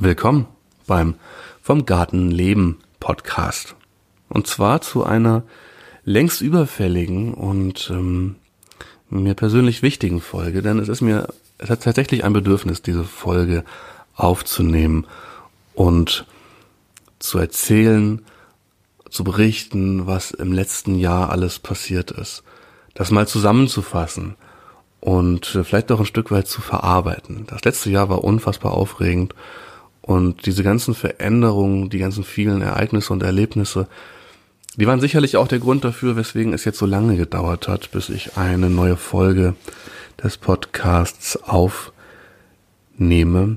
Willkommen beim Vom Garten leben Podcast. Und zwar zu einer längst überfälligen und mir persönlich wichtigen Folge, denn es hat tatsächlich ein Bedürfnis, diese Folge aufzunehmen und zu erzählen, zu berichten, was im letzten Jahr alles passiert ist. Das mal zusammenzufassen und vielleicht auch ein Stück weit zu verarbeiten. Das letzte Jahr war unfassbar aufregend und diese ganzen Veränderungen, die ganzen vielen Ereignisse und Erlebnisse, die waren sicherlich auch der Grund dafür, weswegen es jetzt so lange gedauert hat, bis ich eine neue Folge des Podcasts aufnehme.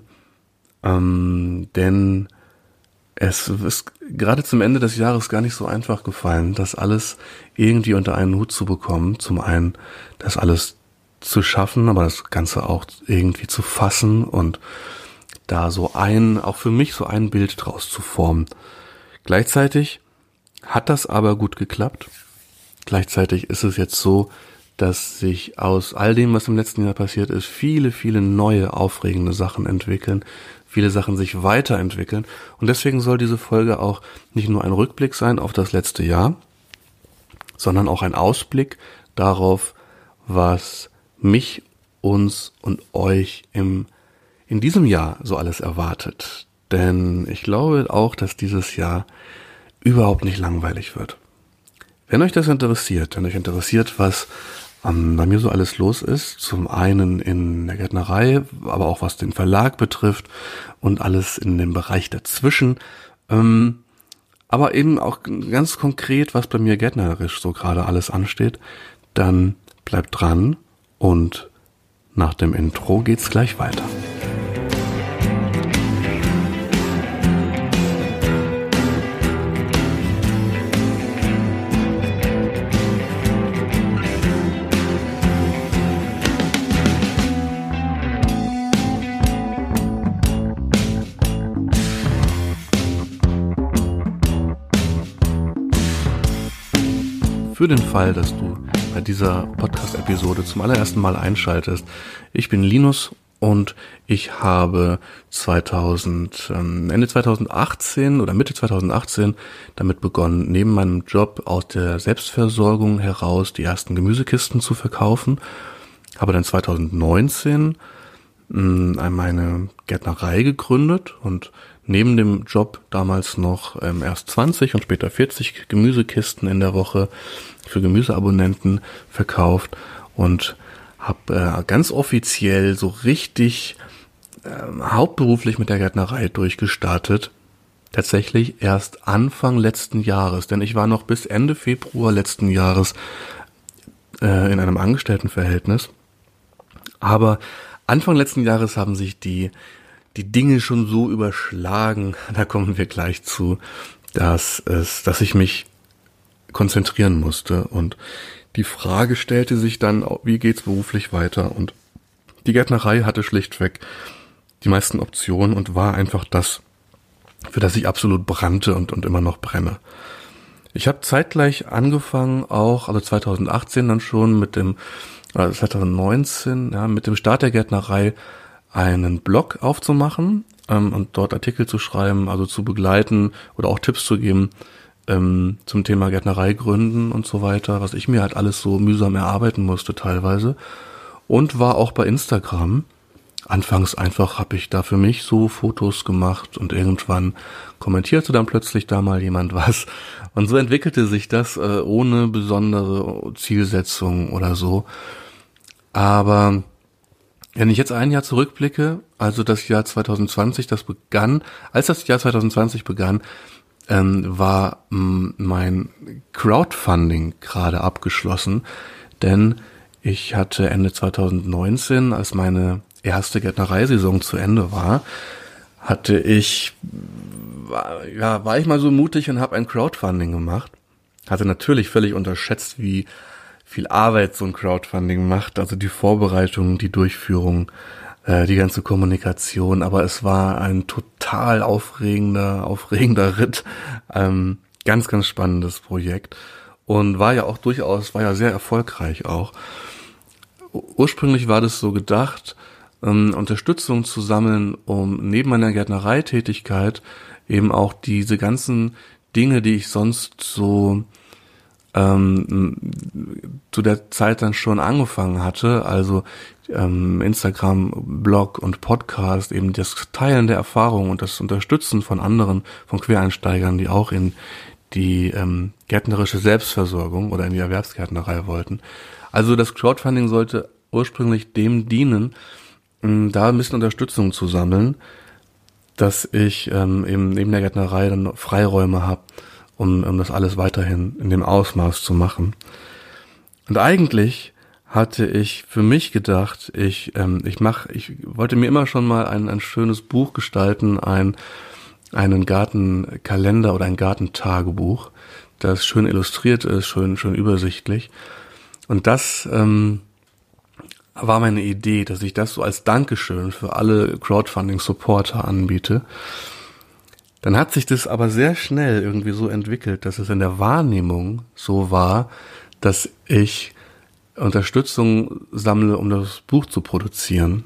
Denn es ist gerade zum Ende des Jahres gar nicht so einfach gefallen, das alles irgendwie unter einen Hut zu bekommen. Zum einen das alles zu schaffen, aber das Ganze auch irgendwie zu fassen und da auch für mich so ein Bild draus zu formen. Gleichzeitig hat das aber gut geklappt. Gleichzeitig ist es jetzt so, dass sich aus all dem, was im letzten Jahr passiert ist, viele, viele neue, aufregende Sachen entwickeln, viele Sachen sich weiterentwickeln. Und deswegen soll diese Folge auch nicht nur ein Rückblick sein auf das letzte Jahr, sondern auch ein Ausblick darauf, was mich, uns und euch in diesem Jahr so alles erwartet. Denn ich glaube auch, dass dieses Jahr überhaupt nicht langweilig wird. Wenn euch das interessiert, was bei mir so alles los ist, zum einen in der Gärtnerei, aber auch was den Verlag betrifft und alles in dem Bereich dazwischen, aber eben auch ganz konkret, was bei mir gärtnerisch so gerade alles ansteht, dann bleibt dran und nach dem Intro geht's gleich weiter. Für den Fall, dass du bei dieser Podcast-Episode zum allerersten Mal einschaltest, ich bin Linus und ich habe Ende 2018 oder Mitte 2018 damit begonnen, neben meinem Job aus der Selbstversorgung heraus die ersten Gemüsekisten zu verkaufen. Habe dann 2019 meine Gärtnerei gegründet und neben dem Job damals noch erst 20 und später 40 Gemüsekisten in der Woche für Gemüseabonnenten verkauft und habe ganz offiziell so richtig hauptberuflich mit der Gärtnerei durchgestartet. Tatsächlich erst Anfang letzten Jahres, denn ich war noch bis Ende Februar letzten Jahres in einem Angestelltenverhältnis. Aber Anfang letzten Jahres haben sich die Dinge schon so überschlagen, da kommen wir gleich zu, dass ich mich konzentrieren musste und die Frage stellte sich dann, wie geht's beruflich weiter? Und die Gärtnerei hatte schlichtweg die meisten Optionen und war einfach das, für das ich absolut brannte und immer noch brenne. Ich habe zeitgleich angefangen, also 2018 dann schon 2019, mit dem Start der Gärtnerei einen Blog aufzumachen und dort Artikel zu schreiben, also zu begleiten oder auch Tipps zu geben zum Thema Gärtnerei gründen und so weiter, was ich mir halt alles so mühsam erarbeiten musste teilweise. Und war auch bei Instagram. Anfangs einfach habe ich da für mich so Fotos gemacht und irgendwann kommentierte dann plötzlich da mal jemand was. Und so entwickelte sich das ohne besondere Zielsetzung oder so. Aber wenn ich jetzt ein Jahr zurückblicke, also das Jahr 2020, als das Jahr 2020 begann, war mein Crowdfunding gerade abgeschlossen, denn ich hatte Ende 2019, als meine erste Gärtnereisaison zu Ende war, war ich mal so mutig und habe ein Crowdfunding gemacht. Hatte natürlich völlig unterschätzt, wie viel Arbeit so ein Crowdfunding macht, also die Vorbereitung, die Durchführung, die ganze Kommunikation, aber es war ein total aufregender Ritt, ganz, ganz spannendes Projekt und war ja sehr erfolgreich auch. Ursprünglich war das so gedacht, Unterstützung zu sammeln, um neben meiner Gärtnereitätigkeit eben auch diese ganzen Dinge, die ich sonst so zu der Zeit dann schon angefangen hatte, also Instagram, Blog und Podcast, eben das Teilen der Erfahrungen und das Unterstützen von anderen, von Quereinsteigern, die auch in die gärtnerische Selbstversorgung oder in die Erwerbsgärtnerei wollten. Also das Crowdfunding sollte ursprünglich dem dienen, da ein bisschen Unterstützung zu sammeln, dass ich eben neben der Gärtnerei dann Freiräume habe, um das alles weiterhin in dem Ausmaß zu machen. Und eigentlich hatte ich für mich gedacht, ich wollte mir immer schon mal ein schönes Buch gestalten, einen Gartenkalender oder ein Gartentagebuch, das schön illustriert ist, schön übersichtlich. Und das war meine Idee, dass ich das so als Dankeschön für alle Crowdfunding-Supporter anbiete. Dann hat sich das aber sehr schnell irgendwie so entwickelt, dass es in der Wahrnehmung so war, dass ich Unterstützung sammle, um das Buch zu produzieren.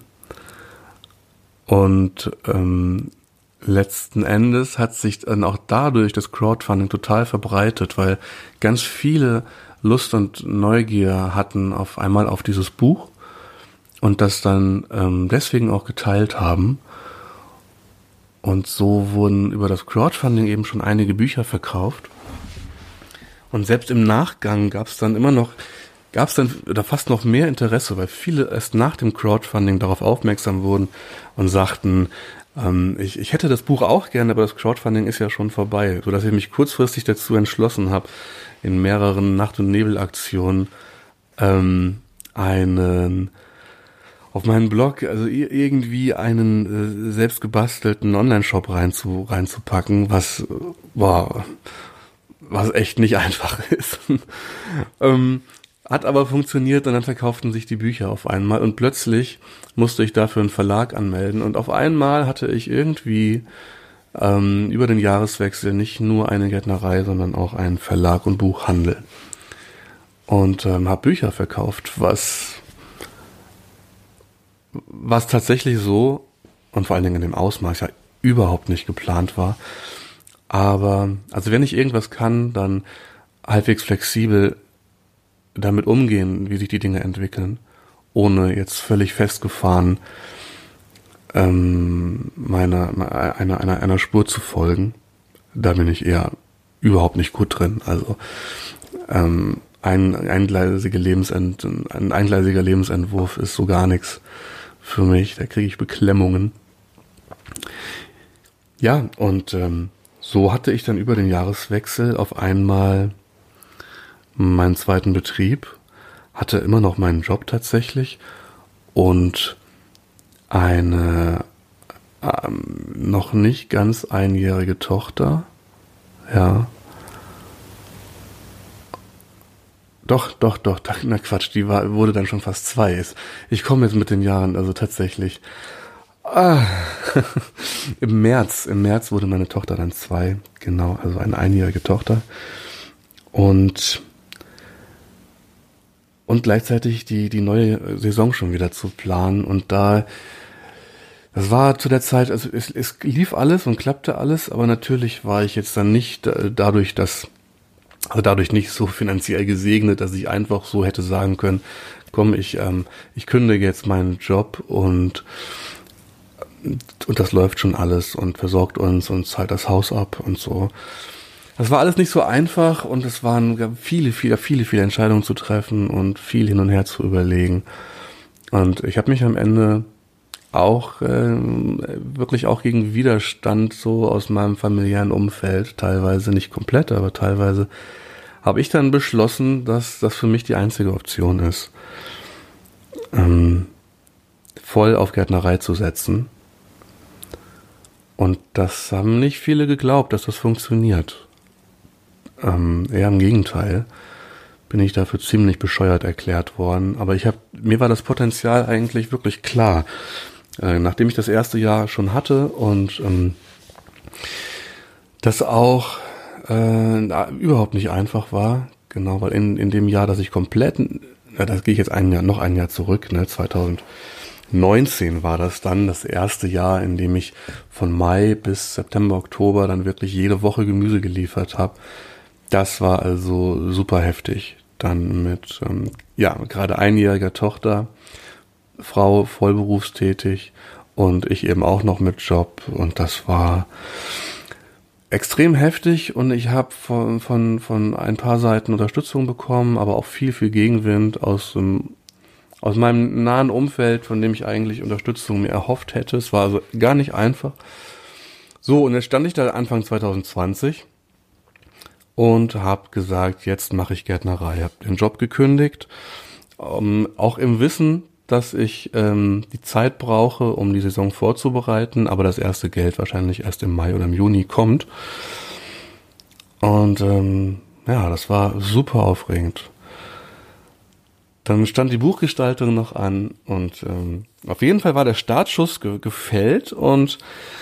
Und letzten Endes hat sich dann auch dadurch das Crowdfunding total verbreitet, weil ganz viele Lust und Neugier hatten auf einmal auf dieses Buch und das dann deswegen auch geteilt haben. Und so wurden über das Crowdfunding eben schon einige Bücher verkauft. Und selbst im Nachgang gab es dann fast noch mehr Interesse, weil viele erst nach dem Crowdfunding darauf aufmerksam wurden und sagten, ich hätte das Buch auch gerne, aber das Crowdfunding ist ja schon vorbei, sodass ich mich kurzfristig dazu entschlossen habe, in mehreren Nacht- und Nebelaktionen auf meinen Blog, also irgendwie einen selbst gebastelten Online-Shop reinzupacken, was echt nicht einfach ist. Hat aber funktioniert und dann verkauften sich die Bücher auf einmal und plötzlich musste ich dafür einen Verlag anmelden und auf einmal hatte ich irgendwie über den Jahreswechsel nicht nur eine Gärtnerei, sondern auch einen Verlag und Buchhandel und habe Bücher verkauft, was tatsächlich so und vor allen Dingen in dem Ausmaß ja überhaupt nicht geplant war. Aber also wenn ich irgendwas kann, dann halbwegs flexibel damit umgehen, wie sich die Dinge entwickeln, ohne jetzt völlig festgefahren einer Spur zu folgen. Da bin ich eher überhaupt nicht gut drin. Also ein eingleisiger Lebensentwurf ist so gar nichts für mich. Da kriege ich Beklemmungen. Ja, und so hatte ich dann über den Jahreswechsel auf einmal meinen zweiten Betrieb, hatte immer noch meinen Job tatsächlich und eine noch nicht ganz einjährige Tochter. Ja. Doch, na Quatsch, wurde dann schon fast 2. Ich komme jetzt mit den Jahren, also tatsächlich. Im März wurde meine Tochter dann 2, genau, also eine einjährige Tochter. Und gleichzeitig die neue Saison schon wieder zu planen. Und das war zu der Zeit, also es lief alles und klappte alles, aber natürlich war ich jetzt dann nicht dadurch nicht so finanziell gesegnet, dass ich einfach so hätte sagen können, komm, ich kündige jetzt meinen Job und das läuft schon alles und versorgt uns und zahlt das Haus ab und so. Das war alles nicht so einfach und es waren viele Entscheidungen zu treffen und viel hin und her zu überlegen. Und ich habe mich am Ende auch wirklich auch gegen Widerstand so aus meinem familiären Umfeld, teilweise nicht komplett, aber teilweise habe ich dann beschlossen, dass das für mich die einzige Option ist, voll auf Gärtnerei zu setzen. Und das haben nicht viele geglaubt, dass das funktioniert. Eher im Gegenteil, bin ich dafür ziemlich bescheuert erklärt worden. Aber mir war das Potenzial eigentlich wirklich klar. Nachdem ich das erste Jahr schon hatte und das auch überhaupt nicht einfach war, genau, weil in dem Jahr, dass ich komplett, das gehe ich jetzt noch ein Jahr zurück, ne, 2017 2019 war das dann, das erste Jahr, in dem ich von Mai bis September, Oktober dann wirklich jede Woche Gemüse geliefert habe. Das war also super heftig. Dann mit, gerade einjähriger Tochter, Frau vollberufstätig und ich eben auch noch mit Job. Und das war extrem heftig und ich habe von ein paar Seiten Unterstützung bekommen, aber auch viel Gegenwind aus meinem nahen Umfeld, von dem ich eigentlich Unterstützung mir erhofft hätte. Es war also gar nicht einfach. So, und jetzt stand ich da Anfang 2020 und habe gesagt, jetzt mache ich Gärtnerei. Habe den Job gekündigt, auch im Wissen, dass ich die Zeit brauche, um die Saison vorzubereiten, aber das erste Geld wahrscheinlich erst im Mai oder im Juni kommt. Und das war super aufregend. Dann stand die Buchgestaltung noch an und auf jeden Fall war der Startschuss gefällt und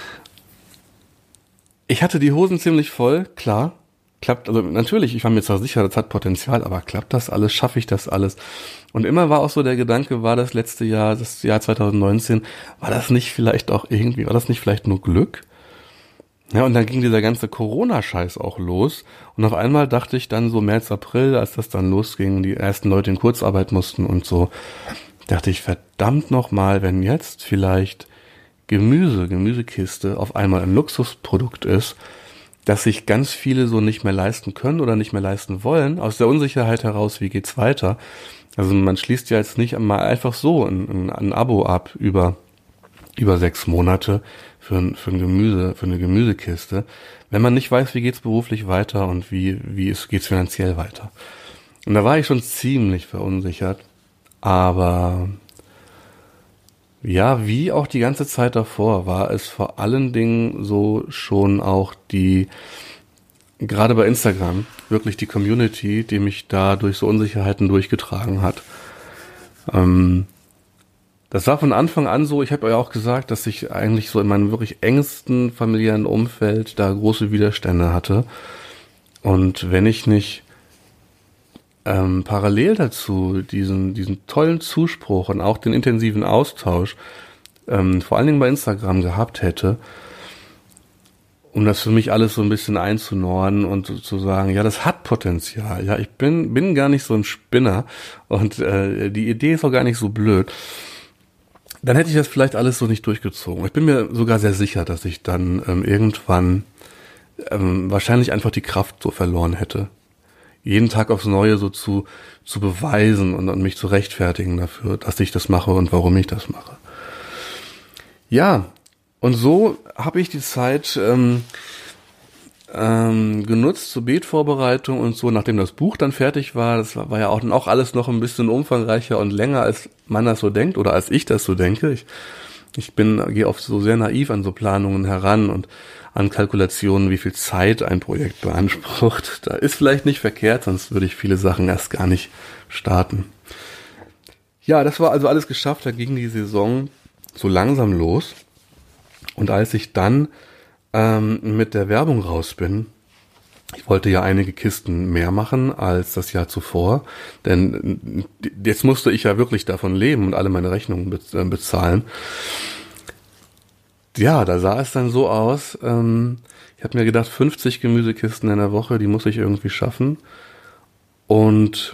ich hatte die Hosen ziemlich voll, klar. Klappt, also natürlich, ich war mir zwar sicher, das hat Potenzial, aber klappt das alles, schaffe ich das alles? Und immer war auch so der Gedanke, war das letzte Jahr, das Jahr 2019, war das nicht vielleicht nur Glück? Ja, und dann ging dieser ganze Corona-Scheiß auch los. Und auf einmal dachte ich dann so März, April, als das dann losging, die ersten Leute in Kurzarbeit mussten und so, dachte ich, verdammt nochmal, wenn jetzt vielleicht Gemüsekiste auf einmal ein Luxusprodukt ist, dass sich ganz viele so nicht mehr leisten können oder nicht mehr leisten wollen, aus der Unsicherheit heraus, wie geht's weiter? Also man schließt ja jetzt nicht mal einfach so ein Abo ab über 6 Monate für eine Gemüsekiste, wenn man nicht weiß, wie geht's beruflich weiter und geht's finanziell weiter. Und da war ich schon ziemlich verunsichert, aber ja, wie auch die ganze Zeit davor war es vor allen Dingen so schon auch gerade bei Instagram, wirklich die Community, die mich da durch so Unsicherheiten durchgetragen hat. Das war von Anfang an so, ich habe ja auch gesagt, dass ich eigentlich so in meinem wirklich engsten familiären Umfeld da große Widerstände hatte. Und wenn ich nicht parallel dazu diesen tollen Zuspruch und auch den intensiven Austausch vor allen Dingen bei Instagram gehabt hätte, um das für mich alles so ein bisschen einzunordnen und zu sagen, ja, das hat Potenzial, ja, ich bin gar nicht so ein Spinner und die Idee ist auch gar nicht so blöd, dann hätte ich das vielleicht alles so nicht durchgezogen. Ich bin mir sogar sehr sicher, dass ich dann irgendwann wahrscheinlich einfach die Kraft so verloren hätte, jeden Tag aufs Neue so zu beweisen und mich zu rechtfertigen dafür, dass ich das mache und warum ich das mache. Ja, und so habe ich die Zeit genutzt zur Beetvorbereitung und so, nachdem das Buch dann fertig war. Das war ja auch alles noch ein bisschen umfangreicher und länger, als man das so denkt oder als ich das so denke. Ich gehe oft so sehr naiv an so Planungen heran und an Kalkulationen, wie viel Zeit ein Projekt beansprucht. Da ist vielleicht nicht verkehrt, sonst würde ich viele Sachen erst gar nicht starten. Ja, das war also alles geschafft, da ging die Saison so langsam los. Und als ich dann mit der Werbung raus bin, ich wollte ja einige Kisten mehr machen als das Jahr zuvor, denn jetzt musste ich ja wirklich davon leben und alle meine Rechnungen bezahlen. Ja, da sah es dann so aus, ich habe mir gedacht, 50 Gemüsekisten in der Woche, die muss ich irgendwie schaffen. Und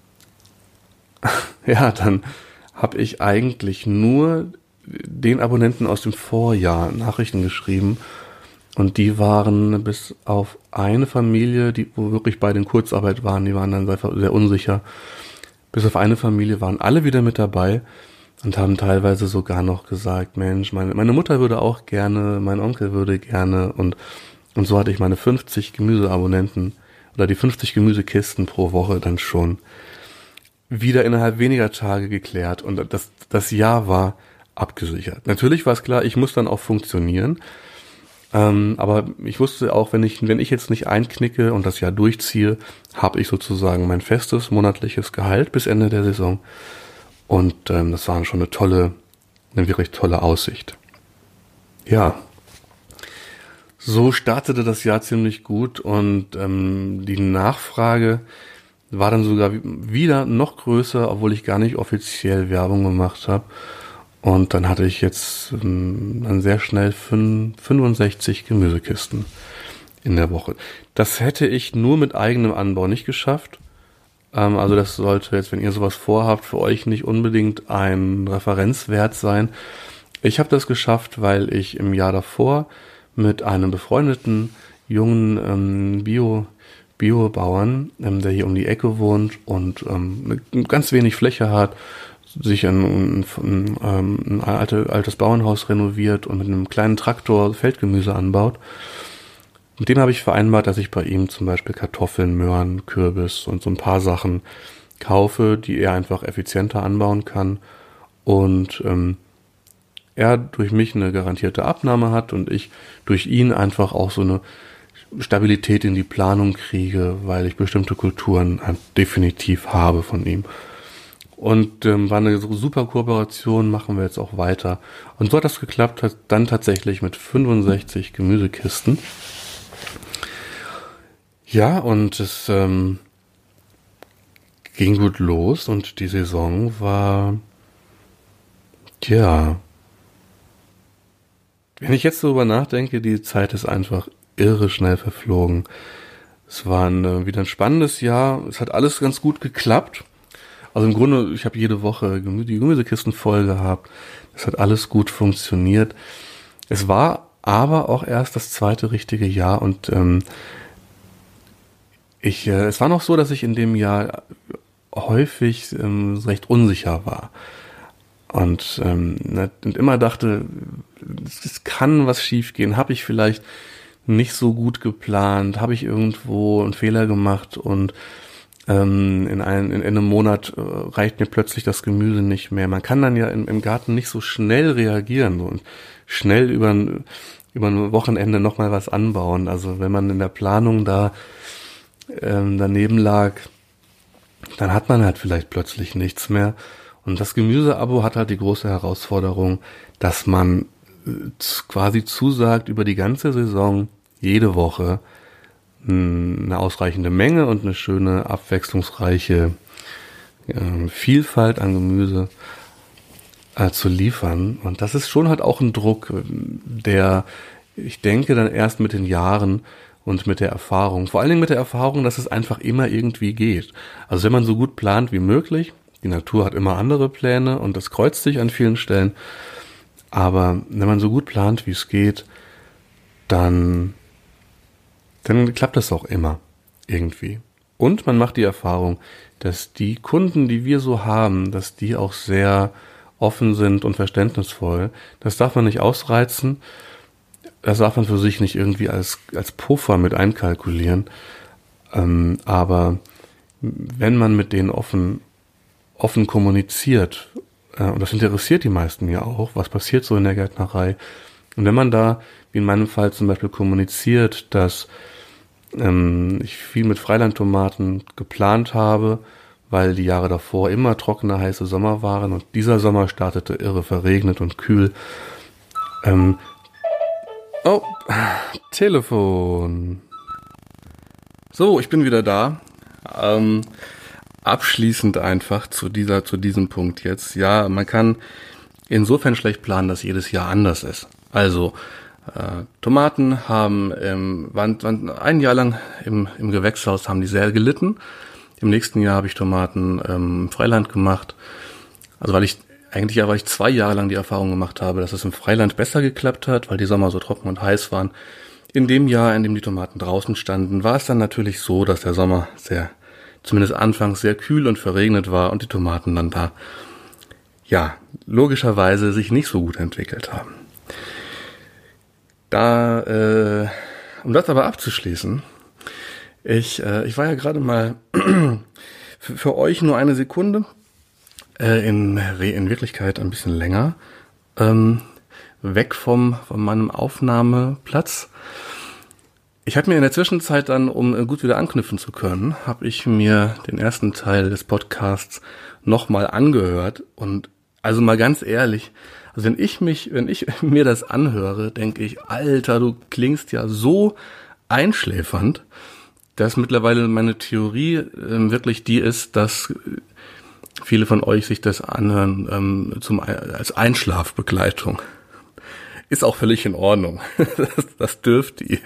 ja, dann habe ich eigentlich nur den Abonnenten aus dem Vorjahr Nachrichten geschrieben. Und die waren bis auf eine Familie, wo wirklich beide in Kurzarbeit waren, die waren dann sehr unsicher. Bis auf eine Familie waren alle wieder mit dabei und haben teilweise sogar noch gesagt, Mensch, meine Mutter würde auch gerne, mein Onkel würde gerne und so hatte ich meine 50 Gemüseabonnenten oder die 50 Gemüsekisten pro Woche dann schon wieder innerhalb weniger Tage geklärt und das Jahr war abgesichert. Natürlich war es klar, ich muss dann auch funktionieren, aber ich wusste auch, wenn ich jetzt nicht einknicke und das Jahr durchziehe, habe ich sozusagen mein festes monatliches Gehalt bis Ende der Saison. Und das war schon eine wirklich tolle Aussicht. Ja, so startete das Jahr ziemlich gut und die Nachfrage war dann sogar wieder noch größer, obwohl ich gar nicht offiziell Werbung gemacht habe. Und dann hatte ich jetzt dann sehr schnell 65 Gemüsekisten in der Woche. Das hätte ich nur mit eigenem Anbau nicht geschafft. Also das sollte jetzt, wenn ihr sowas vorhabt, für euch nicht unbedingt ein Referenzwert sein. Ich habe das geschafft, weil ich im Jahr davor mit einem befreundeten jungen Biobauern, der hier um die Ecke wohnt und ganz wenig Fläche hat, sich ein altes Bauernhaus renoviert und mit einem kleinen Traktor Feldgemüse anbaut. Mit dem habe ich vereinbart, dass ich bei ihm zum Beispiel Kartoffeln, Möhren, Kürbis und so ein paar Sachen kaufe, die er einfach effizienter anbauen kann. Und er durch mich eine garantierte Abnahme hat und ich durch ihn einfach auch so eine Stabilität in die Planung kriege, weil ich bestimmte Kulturen definitiv habe von ihm. Und war eine super Kooperation, machen wir jetzt auch weiter. Und so hat das geklappt, hat dann tatsächlich mit 65 Gemüsekisten. Ja, und es ging gut los und die Saison war, ja, wenn ich jetzt darüber nachdenke, die Zeit ist einfach irre schnell verflogen. Es war wieder ein spannendes Jahr, es hat alles ganz gut geklappt. Also im Grunde, ich habe jede Woche die Gemüsekisten voll gehabt. Das hat alles gut funktioniert. Es war aber auch erst das zweite richtige Jahr und es war noch so, dass ich in dem Jahr häufig recht unsicher war und immer dachte, es kann was schiefgehen. Habe ich vielleicht nicht so gut geplant? Habe ich irgendwo einen Fehler gemacht und in einem Monat reicht mir plötzlich das Gemüse nicht mehr. Man kann dann ja im Garten nicht so schnell reagieren und schnell über ein Wochenende nochmal was anbauen. Also wenn man in der Planung da daneben lag, dann hat man halt vielleicht plötzlich nichts mehr. Und das Gemüseabo hat halt die große Herausforderung, dass man quasi zusagt, über die ganze Saison, jede Woche, eine ausreichende Menge und eine schöne, abwechslungsreiche Vielfalt an Gemüse zu liefern. Und das ist schon halt auch ein Druck, der, ich denke, dann erst mit den Jahren und mit der Erfahrung, vor allen Dingen mit der Erfahrung, dass es einfach immer irgendwie geht. Also wenn man so gut plant wie möglich, die Natur hat immer andere Pläne und das kreuzt sich an vielen Stellen, aber wenn man so gut plant, wie es geht, dann klappt das auch immer irgendwie. Und man macht die Erfahrung, dass die Kunden, die wir so haben, dass die auch sehr offen sind und verständnisvoll. Das darf man nicht ausreizen. Das darf man für sich nicht irgendwie als Puffer mit einkalkulieren. Aber wenn man mit denen offen kommuniziert, und das interessiert die meisten ja auch, was passiert so in der Gärtnerei. Und wenn man da, wie in meinem Fall zum Beispiel, kommuniziert, dass ich viel mit Freilandtomaten geplant habe, weil die Jahre davor immer trockene, heiße Sommer waren und dieser Sommer startete irre verregnet und kühl. Telefon. So, ich bin wieder da. Abschließend einfach zu diesem Punkt jetzt. Ja, man kann insofern schlecht planen, dass jedes Jahr anders ist. Also, Tomaten waren ein Jahr lang im Gewächshaus, haben die sehr gelitten. Im nächsten Jahr habe ich Tomaten im Freiland gemacht. Also weil ich 2 Jahre lang die Erfahrung gemacht habe, dass es im Freiland besser geklappt hat, weil die Sommer so trocken und heiß waren. In dem Jahr, in dem die Tomaten draußen standen, war es dann natürlich so, dass der Sommer zumindest anfangs sehr kühl und verregnet war und die Tomaten dann da, ja, logischerweise sich nicht so gut entwickelt haben. Um das aber abzuschließen, ich war ja gerade mal für euch nur eine Sekunde, in Wirklichkeit ein bisschen länger, weg von meinem Aufnahmeplatz. Ich habe mir in der Zwischenzeit dann, um gut wieder anknüpfen zu können, habe ich mir den ersten Teil des Podcasts nochmal angehört und also mal ganz ehrlich, also wenn ich mir das anhöre, denke ich, Alter, du klingst ja so einschläfernd, dass mittlerweile meine Theorie wirklich die ist, dass viele von euch sich das anhören als Einschlafbegleitung. Ist auch völlig in Ordnung. Das dürft ihr.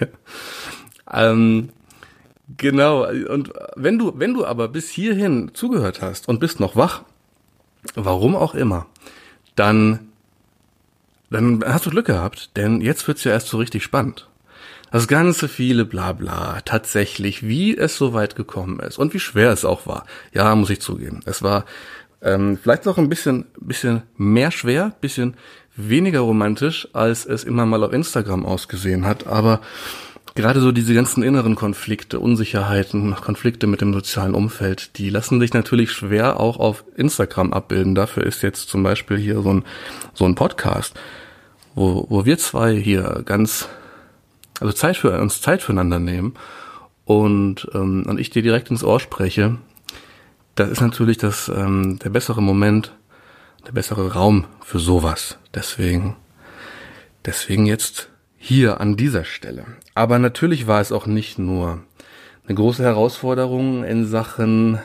Genau. Und wenn du aber bis hierhin zugehört hast und bist noch wach, warum auch immer, dann hast du Glück gehabt, denn jetzt wird's ja erst so richtig spannend. Das ganze viele Blabla, tatsächlich, wie es so weit gekommen ist und wie schwer es auch war. Ja, muss ich zugeben. Es war vielleicht noch ein bisschen mehr schwer, bisschen weniger romantisch, als es immer mal auf Instagram ausgesehen hat. Aber gerade so diese ganzen inneren Konflikte, Unsicherheiten, Konflikte mit dem sozialen Umfeld, die lassen sich natürlich schwer auch auf Instagram abbilden. Dafür ist jetzt zum Beispiel hier so ein Podcast, wo wir zwei hier Zeit füreinander nehmen und ich dir direkt ins Ohr spreche. Das ist natürlich der bessere Moment, der bessere Raum für sowas. Deswegen jetzt hier an dieser Stelle. Aber natürlich war es auch nicht nur eine große Herausforderung in Sachen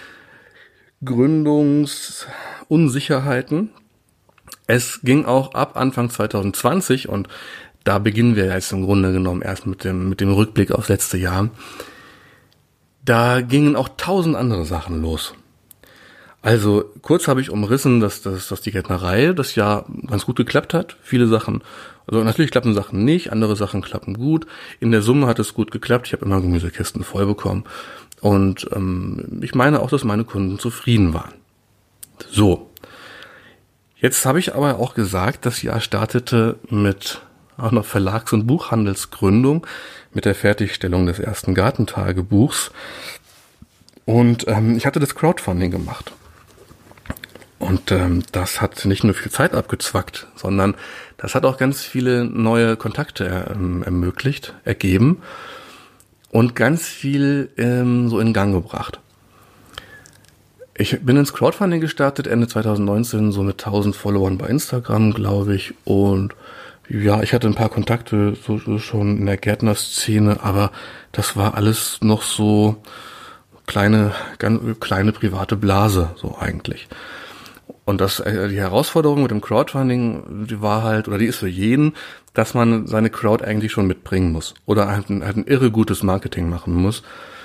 Gründungsunsicherheiten. Es ging auch ab Anfang 2020 und da beginnen wir jetzt im Grunde genommen erst mit dem Rückblick aufs letzte Jahr. Da gingen auch 1000 andere Sachen los. Also kurz habe ich umrissen, dass die Gärtnerei das Jahr ganz gut geklappt hat. Viele Sachen, also natürlich klappen Sachen nicht, andere Sachen klappen gut. In der Summe hat es gut geklappt. Ich habe immer Gemüsekisten voll bekommen. Und ich meine auch, dass meine Kunden zufrieden waren. So, jetzt habe ich aber auch gesagt, das Jahr startete mit auch noch Verlags- und Buchhandelsgründung, mit der Fertigstellung des ersten Gartentagebuchs. Und ich hatte das Crowdfunding gemacht. Und das hat nicht nur viel Zeit abgezwackt, sondern das hat auch ganz viele neue Kontakte ergeben und ganz viel so in Gang gebracht. Ich bin ins Crowdfunding gestartet Ende 2019, so mit 1000 Followern bei Instagram, glaube ich. Und ja, ich hatte ein paar Kontakte so schon in der Gärtnerszene, aber das war alles noch so kleine private Blase, so eigentlich. Und die Herausforderung mit dem Crowdfunding, die ist für jeden, dass man seine Crowd eigentlich schon mitbringen muss oder halt ein irre gutes Marketing machen muss.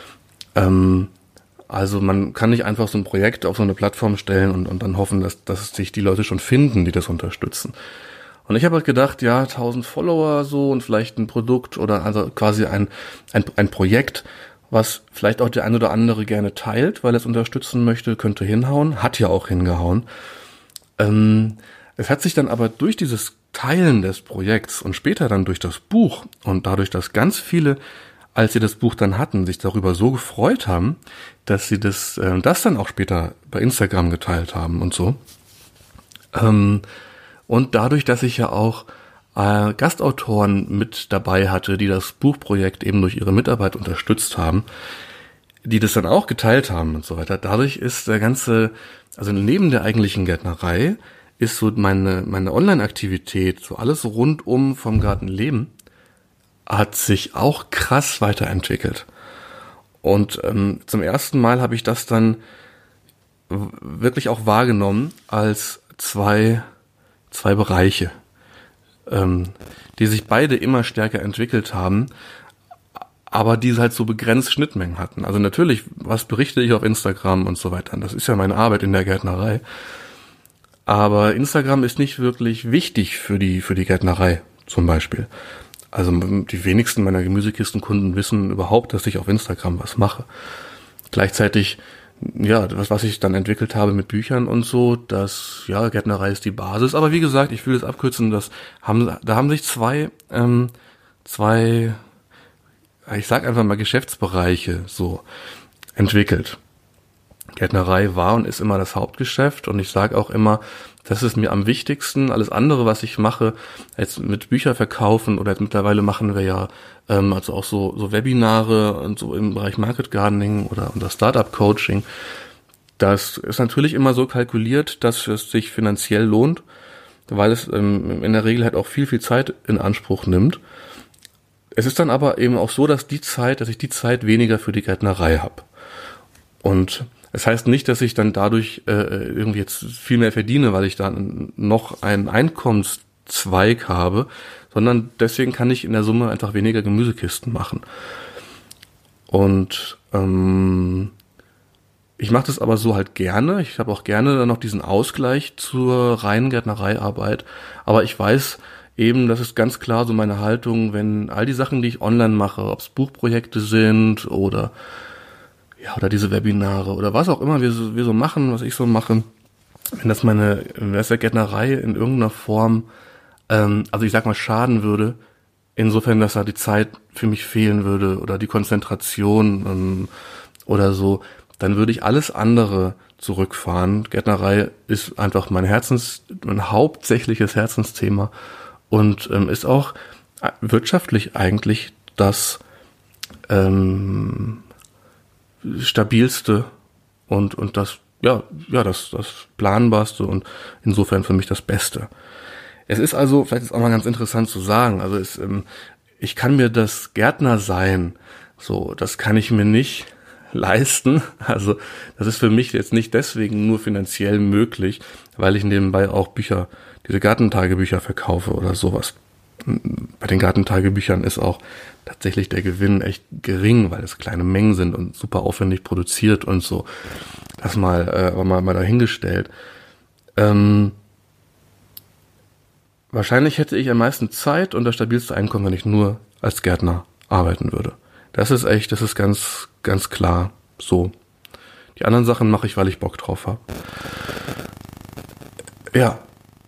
Also man kann nicht einfach so ein Projekt auf so eine Plattform stellen und dann hoffen, dass sich die Leute schon finden, die das unterstützen. Und ich habe halt gedacht, ja, 1000 Follower so und vielleicht ein Produkt oder also quasi ein Projekt, was vielleicht auch der ein oder andere gerne teilt, weil er es unterstützen möchte, könnte hinhauen, hat ja auch hingehauen. Es hat sich dann aber durch dieses Teilen des Projekts und später dann durch das Buch und dadurch, dass ganz viele, als sie das Buch dann hatten, sich darüber so gefreut haben, dass sie das dann auch später bei Instagram geteilt haben und so. Und dadurch, dass ich ja auch Gastautoren mit dabei hatte, die das Buchprojekt eben durch ihre Mitarbeit unterstützt haben, die das dann auch geteilt haben und so weiter. Dadurch ist also neben der eigentlichen Gärtnerei ist so meine Online-Aktivität, so alles rundum vom Gartenleben, hat sich auch krass weiterentwickelt. Und zum ersten Mal habe ich das dann wirklich auch wahrgenommen als zwei Bereiche, die sich beide immer stärker entwickelt haben, aber die halt so begrenzt Schnittmengen hatten. Also natürlich, was berichte ich auf Instagram und so weiter? Das ist ja meine Arbeit in der Gärtnerei. Aber Instagram ist nicht wirklich wichtig für die Gärtnerei zum Beispiel. Also die wenigsten meiner Gemüsekistenkunden wissen überhaupt, dass ich auf Instagram was mache. Gleichzeitig, ja, was ich dann entwickelt habe mit Büchern und so, Gärtnerei ist die Basis. Aber wie gesagt, ich will es abkürzen, da haben sich zwei, ich sag einfach mal Geschäftsbereiche so entwickelt. Gärtnerei war und ist immer das Hauptgeschäft und ich sage auch immer, das ist mir am wichtigsten. Alles andere, was ich mache, jetzt mit Bücher verkaufen oder jetzt mittlerweile machen wir ja also auch so Webinare und so im Bereich Market Gardening oder unser Startup Coaching. Das ist natürlich immer so kalkuliert, dass es sich finanziell lohnt, weil es in der Regel halt auch viel Zeit in Anspruch nimmt. Es ist dann aber eben auch so, dass ich die Zeit weniger für die Gärtnerei habe. Und Das heißt nicht, dass ich dann dadurch irgendwie jetzt viel mehr verdiene, weil ich dann noch einen Einkommenszweig habe, sondern deswegen kann ich in der Summe einfach weniger Gemüsekisten machen. Und ich mache das aber so halt gerne. Ich habe auch gerne dann noch diesen Ausgleich zur reinen Gärtnereiarbeit. Aber ich weiß eben, das ist ganz klar so meine Haltung, wenn all die Sachen, die ich online mache, ob es Buchprojekte sind oder diese Webinare oder was auch immer wir so machen, was ich so mache, wenn das der Gärtnerei in irgendeiner Form, also ich sag mal, schaden würde, insofern, dass da die Zeit für mich fehlen würde oder die Konzentration oder so, dann würde ich alles andere zurückfahren. Gärtnerei ist einfach mein hauptsächliches Herzensthema und ist auch wirtschaftlich eigentlich das stabilste und das das planbarste und insofern für mich das Beste. Es ist also, vielleicht ist auch mal ganz interessant zu sagen, also ich kann mir das Gärtnersein, das kann ich mir nicht leisten. Also das ist für mich jetzt nicht deswegen nur finanziell möglich, weil ich nebenbei auch diese Gartentagebücher verkaufe oder sowas. Bei den Gartentagebüchern ist auch tatsächlich der Gewinn echt gering, weil es kleine Mengen sind und super aufwendig produziert und so. Das aber mal dahingestellt. Wahrscheinlich hätte ich am meisten Zeit und das stabilste Einkommen, wenn ich nur als Gärtner arbeiten würde. Das ist ganz, ganz klar so. Die anderen Sachen mache ich, weil ich Bock drauf habe. Ja.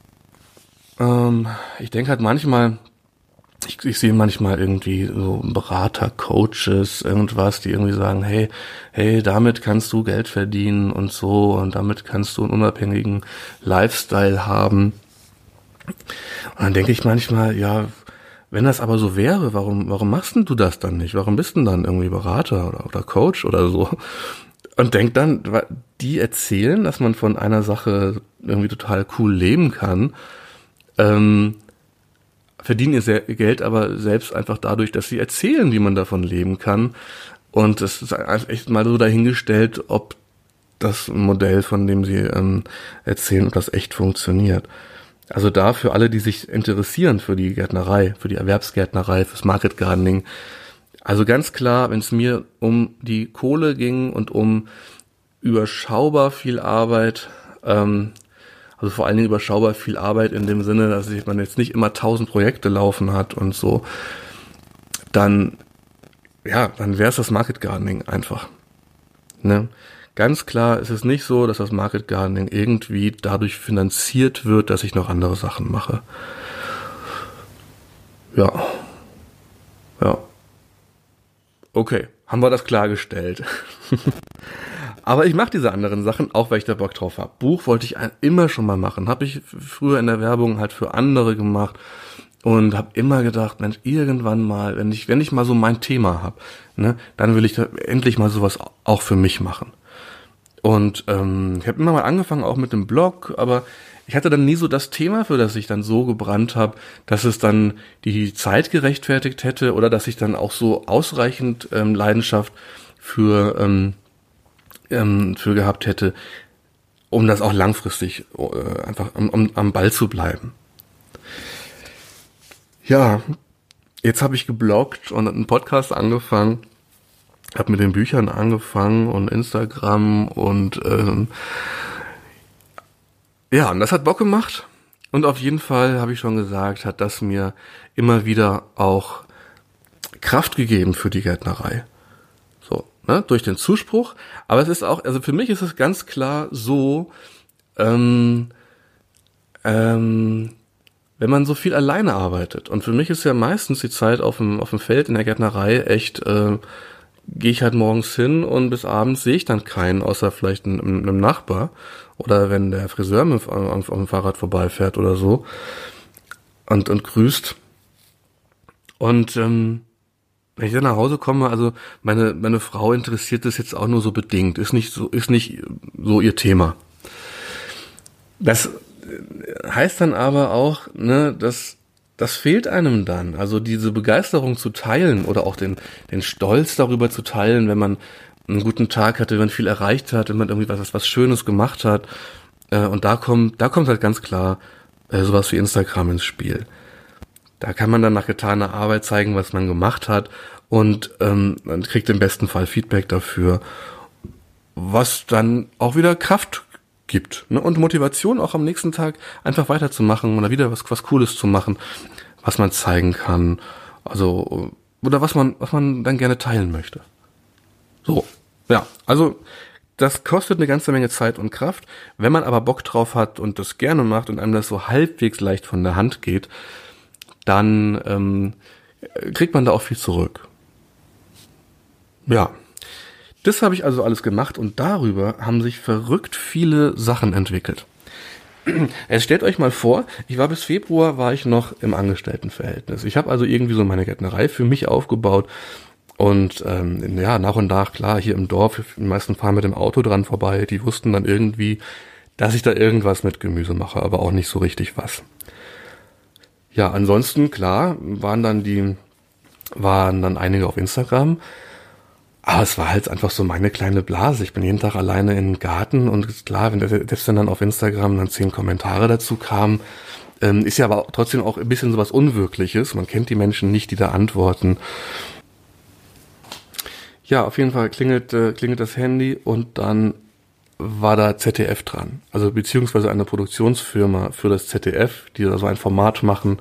Ich denke halt manchmal, ich sehe manchmal irgendwie so Berater, Coaches, irgendwas, die irgendwie sagen, hey, damit kannst du Geld verdienen und so und damit kannst du einen unabhängigen Lifestyle haben. Und dann denke ich manchmal, ja, wenn das aber so wäre, warum machst denn du das dann nicht? Warum bist denn dann irgendwie Berater oder Coach oder so? Und denk dann, die erzählen, dass man von einer Sache irgendwie total cool leben kann, verdienen ihr Geld aber selbst einfach dadurch, dass sie erzählen, wie man davon leben kann. Und es ist echt mal so dahingestellt, ob das Modell, von dem sie erzählen, ob das echt funktioniert. Also da für alle, die sich interessieren für die Gärtnerei, für die Erwerbsgärtnerei, fürs Market Gardening. Also ganz klar, wenn es mir um die Kohle ging und um überschaubar viel Arbeit, also vor allen Dingen überschaubar viel Arbeit in dem Sinne, dass man jetzt nicht immer 1000 Projekte laufen hat und so, dann wäre es das Market Gardening einfach. Ne? Ganz klar ist es nicht so, dass das Market Gardening irgendwie dadurch finanziert wird, dass ich noch andere Sachen mache. Ja. Okay, haben wir das klargestellt. Aber ich mache diese anderen Sachen, auch weil ich da Bock drauf habe. Buch wollte ich immer schon mal machen. Habe ich früher in der Werbung halt für andere gemacht und habe immer gedacht, Mensch, irgendwann mal, wenn ich mal so mein Thema habe, ne, dann will ich da endlich mal sowas auch für mich machen. Und ich habe immer mal angefangen, auch mit dem Blog, aber ich hatte dann nie so das Thema, für das ich dann so gebrannt habe, dass es dann die Zeit gerechtfertigt hätte oder dass ich dann auch so ausreichend Leidenschaft für gehabt hätte, um das auch langfristig einfach am Ball zu bleiben. Ja, jetzt habe ich gebloggt und einen Podcast angefangen, habe mit den Büchern angefangen und Instagram und und das hat Bock gemacht und auf jeden Fall, habe ich schon gesagt, hat das mir immer wieder auch Kraft gegeben für die Gärtnerei. So, ne, durch den Zuspruch, aber es ist auch, also für mich ist es ganz klar so, wenn man so viel alleine arbeitet und für mich ist ja meistens die Zeit auf dem Feld in der Gärtnerei echt, gehe ich halt morgens hin und bis abends sehe ich dann keinen, außer vielleicht einem Nachbar oder wenn der Friseur auf dem Fahrrad vorbeifährt oder so und grüßt. Und wenn ich dann nach Hause komme, also meine Frau interessiert das jetzt auch nur so bedingt, ist nicht so ihr Thema. Das heißt dann aber auch, ne, das fehlt einem dann. Also diese Begeisterung zu teilen oder auch den Stolz darüber zu teilen, wenn man einen guten Tag hatte, wenn man viel erreicht hat, wenn man irgendwie was Schönes gemacht hat. Und da kommt halt ganz klar sowas wie Instagram ins Spiel. Da kann man dann nach getaner Arbeit zeigen, was man gemacht hat und man kriegt im besten Fall Feedback dafür, was dann auch wieder Kraft gibt, ne? Und Motivation auch am nächsten Tag einfach weiterzumachen oder wieder was Cooles zu machen, was man zeigen kann, also oder was man dann gerne teilen möchte. So, ja, also das kostet eine ganze Menge Zeit und Kraft. Wenn man aber Bock drauf hat und das gerne macht und einem das so halbwegs leicht von der Hand geht, dann kriegt man da auch viel zurück. Ja, das habe ich also alles gemacht und darüber haben sich verrückt viele Sachen entwickelt. Jetzt stellt euch mal vor, bis Februar war ich noch im Angestelltenverhältnis. Ich habe also irgendwie so meine Gärtnerei für mich aufgebaut und nach und nach, klar, hier im Dorf, die meisten fahren mit dem Auto dran vorbei, die wussten dann irgendwie, dass ich da irgendwas mit Gemüse mache, aber auch nicht so richtig was. Ja, ansonsten, klar, waren dann einige auf Instagram. Aber es war halt einfach so meine kleine Blase. Ich bin jeden Tag alleine in den Garten und klar, selbst wenn dann auf Instagram dann 10 Kommentare dazu kamen, ist ja aber trotzdem auch ein bisschen sowas Unwirkliches. Man kennt die Menschen nicht, die da antworten. Ja, auf jeden Fall klingelt das Handy und dann war da ZDF dran. Also beziehungsweise eine Produktionsfirma für das ZDF, die da so ein Format machen,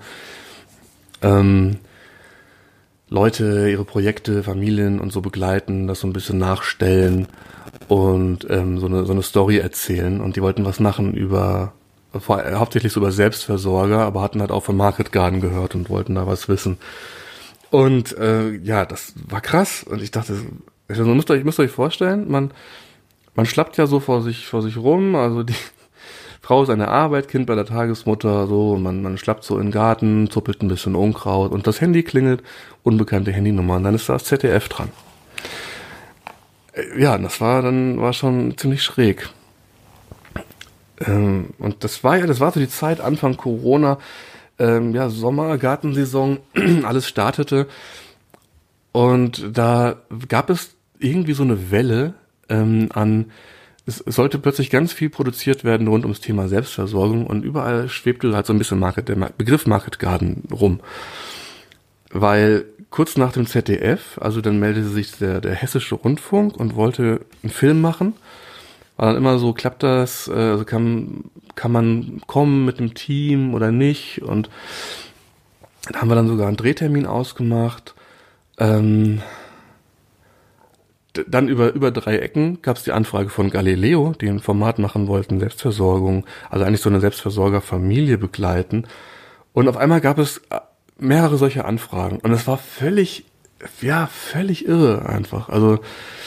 Leute, ihre Projekte, Familien und so begleiten, das so ein bisschen nachstellen und so eine Story erzählen. Und die wollten was machen hauptsächlich so über Selbstversorger, aber hatten halt auch von Market Garden gehört und wollten da was wissen. Und das war krass. Und ich dachte, ihr müsst euch vorstellen, man schlappt ja so vor sich rum, also die Frau ist an der Arbeit, Kind bei der Tagesmutter, so, man schlappt so in den Garten, zuppelt ein bisschen Unkraut und das Handy klingelt, unbekannte Handynummer und dann ist da das ZDF dran. Ja, das war schon ziemlich schräg. Und das war so die Zeit, Anfang Corona, Sommer, Gartensaison, alles startete und da gab es irgendwie so eine Welle es sollte plötzlich ganz viel produziert werden rund ums Thema Selbstversorgung und überall schwebte halt so ein bisschen der Begriff Market Garden rum. Weil kurz nach dem ZDF, also dann meldete sich der Hessische Rundfunk und wollte einen Film machen. War dann immer so, klappt das, also kann man kommen mit einem Team oder nicht? Und da haben wir dann sogar einen Drehtermin ausgemacht. Dann über 3 Ecken gab es die Anfrage von Galileo, die ein Format machen wollten, Selbstversorgung, also eigentlich so eine Selbstversorgerfamilie begleiten. Und auf einmal gab es mehrere solche Anfragen. Und es war völlig irre einfach. Also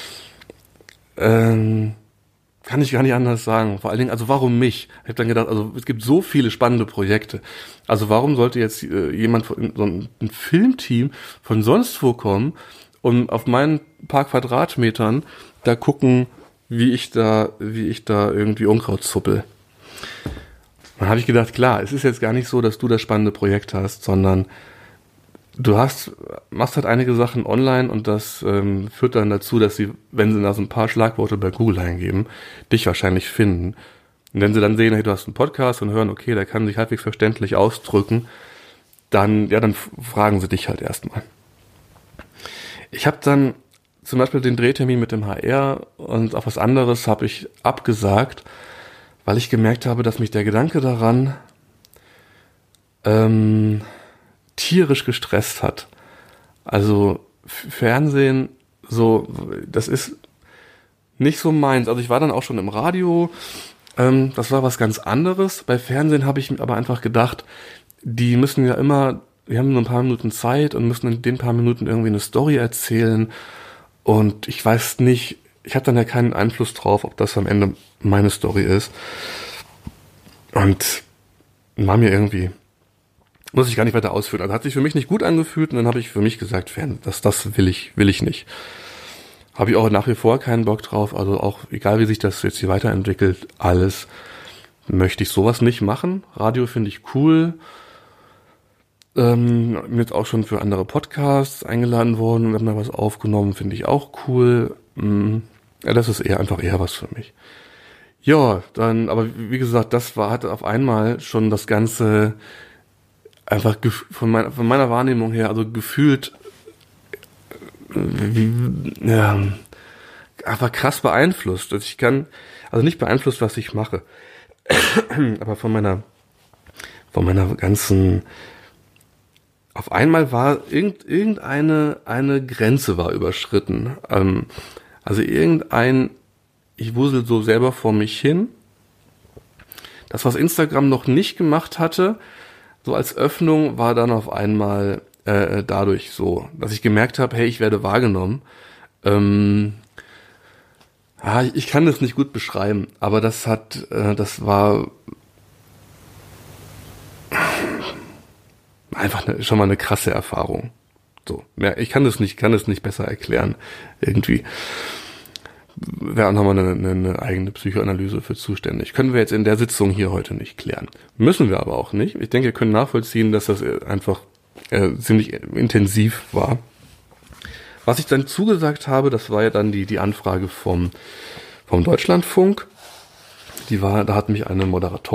kann ich gar nicht anders sagen. Vor allen Dingen, also warum mich? Ich habe dann gedacht, also es gibt so viele spannende Projekte. Also warum sollte jetzt jemand so ein Filmteam von sonst wo kommen und auf meinen paar Quadratmetern da gucken, wie ich da irgendwie Unkraut zuppel. Dann habe ich gedacht, klar, es ist jetzt gar nicht so, dass du das spannende Projekt hast, sondern du machst halt einige Sachen online und das führt dann dazu, dass sie, wenn sie da so ein paar Schlagworte bei Google eingeben, dich wahrscheinlich finden. Und wenn sie dann sehen, hey, du hast einen Podcast und hören, okay, der kann sich halbwegs verständlich ausdrücken, dann fragen sie dich halt erstmal. Ich habe dann zum Beispiel den Drehtermin mit dem HR und auch was anderes habe ich abgesagt, weil ich gemerkt habe, dass mich der Gedanke daran tierisch gestresst hat. Also Fernsehen, so, das ist nicht so meins. Also ich war dann auch schon im Radio, das war was ganz anderes. Bei Fernsehen habe ich aber einfach gedacht, die müssen ja immer, wir haben nur ein paar Minuten Zeit und müssen in den paar Minuten irgendwie eine Story erzählen. Und ich weiß nicht, ich habe dann ja keinen Einfluss drauf, ob das am Ende meine Story ist. Und war mir irgendwie, muss ich gar nicht weiter ausführen. Also hat sich für mich nicht gut angefühlt und dann habe ich für mich gesagt, das will ich nicht. Habe ich auch nach wie vor keinen Bock drauf. Also auch, egal wie sich das jetzt hier weiterentwickelt, alles möchte ich sowas nicht machen. Radio finde ich cool. Bin jetzt auch schon für andere Podcasts eingeladen worden und habe da was aufgenommen, finde ich auch cool. Ja, das ist eher was für mich. Ja, dann, aber wie gesagt, hat auf einmal schon das Ganze einfach von meiner Wahrnehmung her, also gefühlt, ja, einfach krass beeinflusst. Also also nicht beeinflusst, was ich mache, aber von meiner ganzen, auf einmal war eine Grenze war überschritten. Also ich wusel so selber vor mich hin. Das, was Instagram noch nicht gemacht hatte, so als Öffnung, war dann auf einmal dadurch so, dass ich gemerkt habe, hey, ich werde wahrgenommen. Ich kann das nicht gut beschreiben, aber das war einfach schon mal eine krasse Erfahrung. So, ja, ich kann das nicht besser erklären. Irgendwie wäre auch nochmal eine eigene Psychoanalyse für zuständig. Können wir jetzt in der Sitzung hier heute nicht klären. Müssen wir aber auch nicht. Ich denke, wir können nachvollziehen, dass das einfach ziemlich intensiv war. Was ich dann zugesagt habe, das war ja dann die Anfrage vom Deutschlandfunk. Da hat mich eine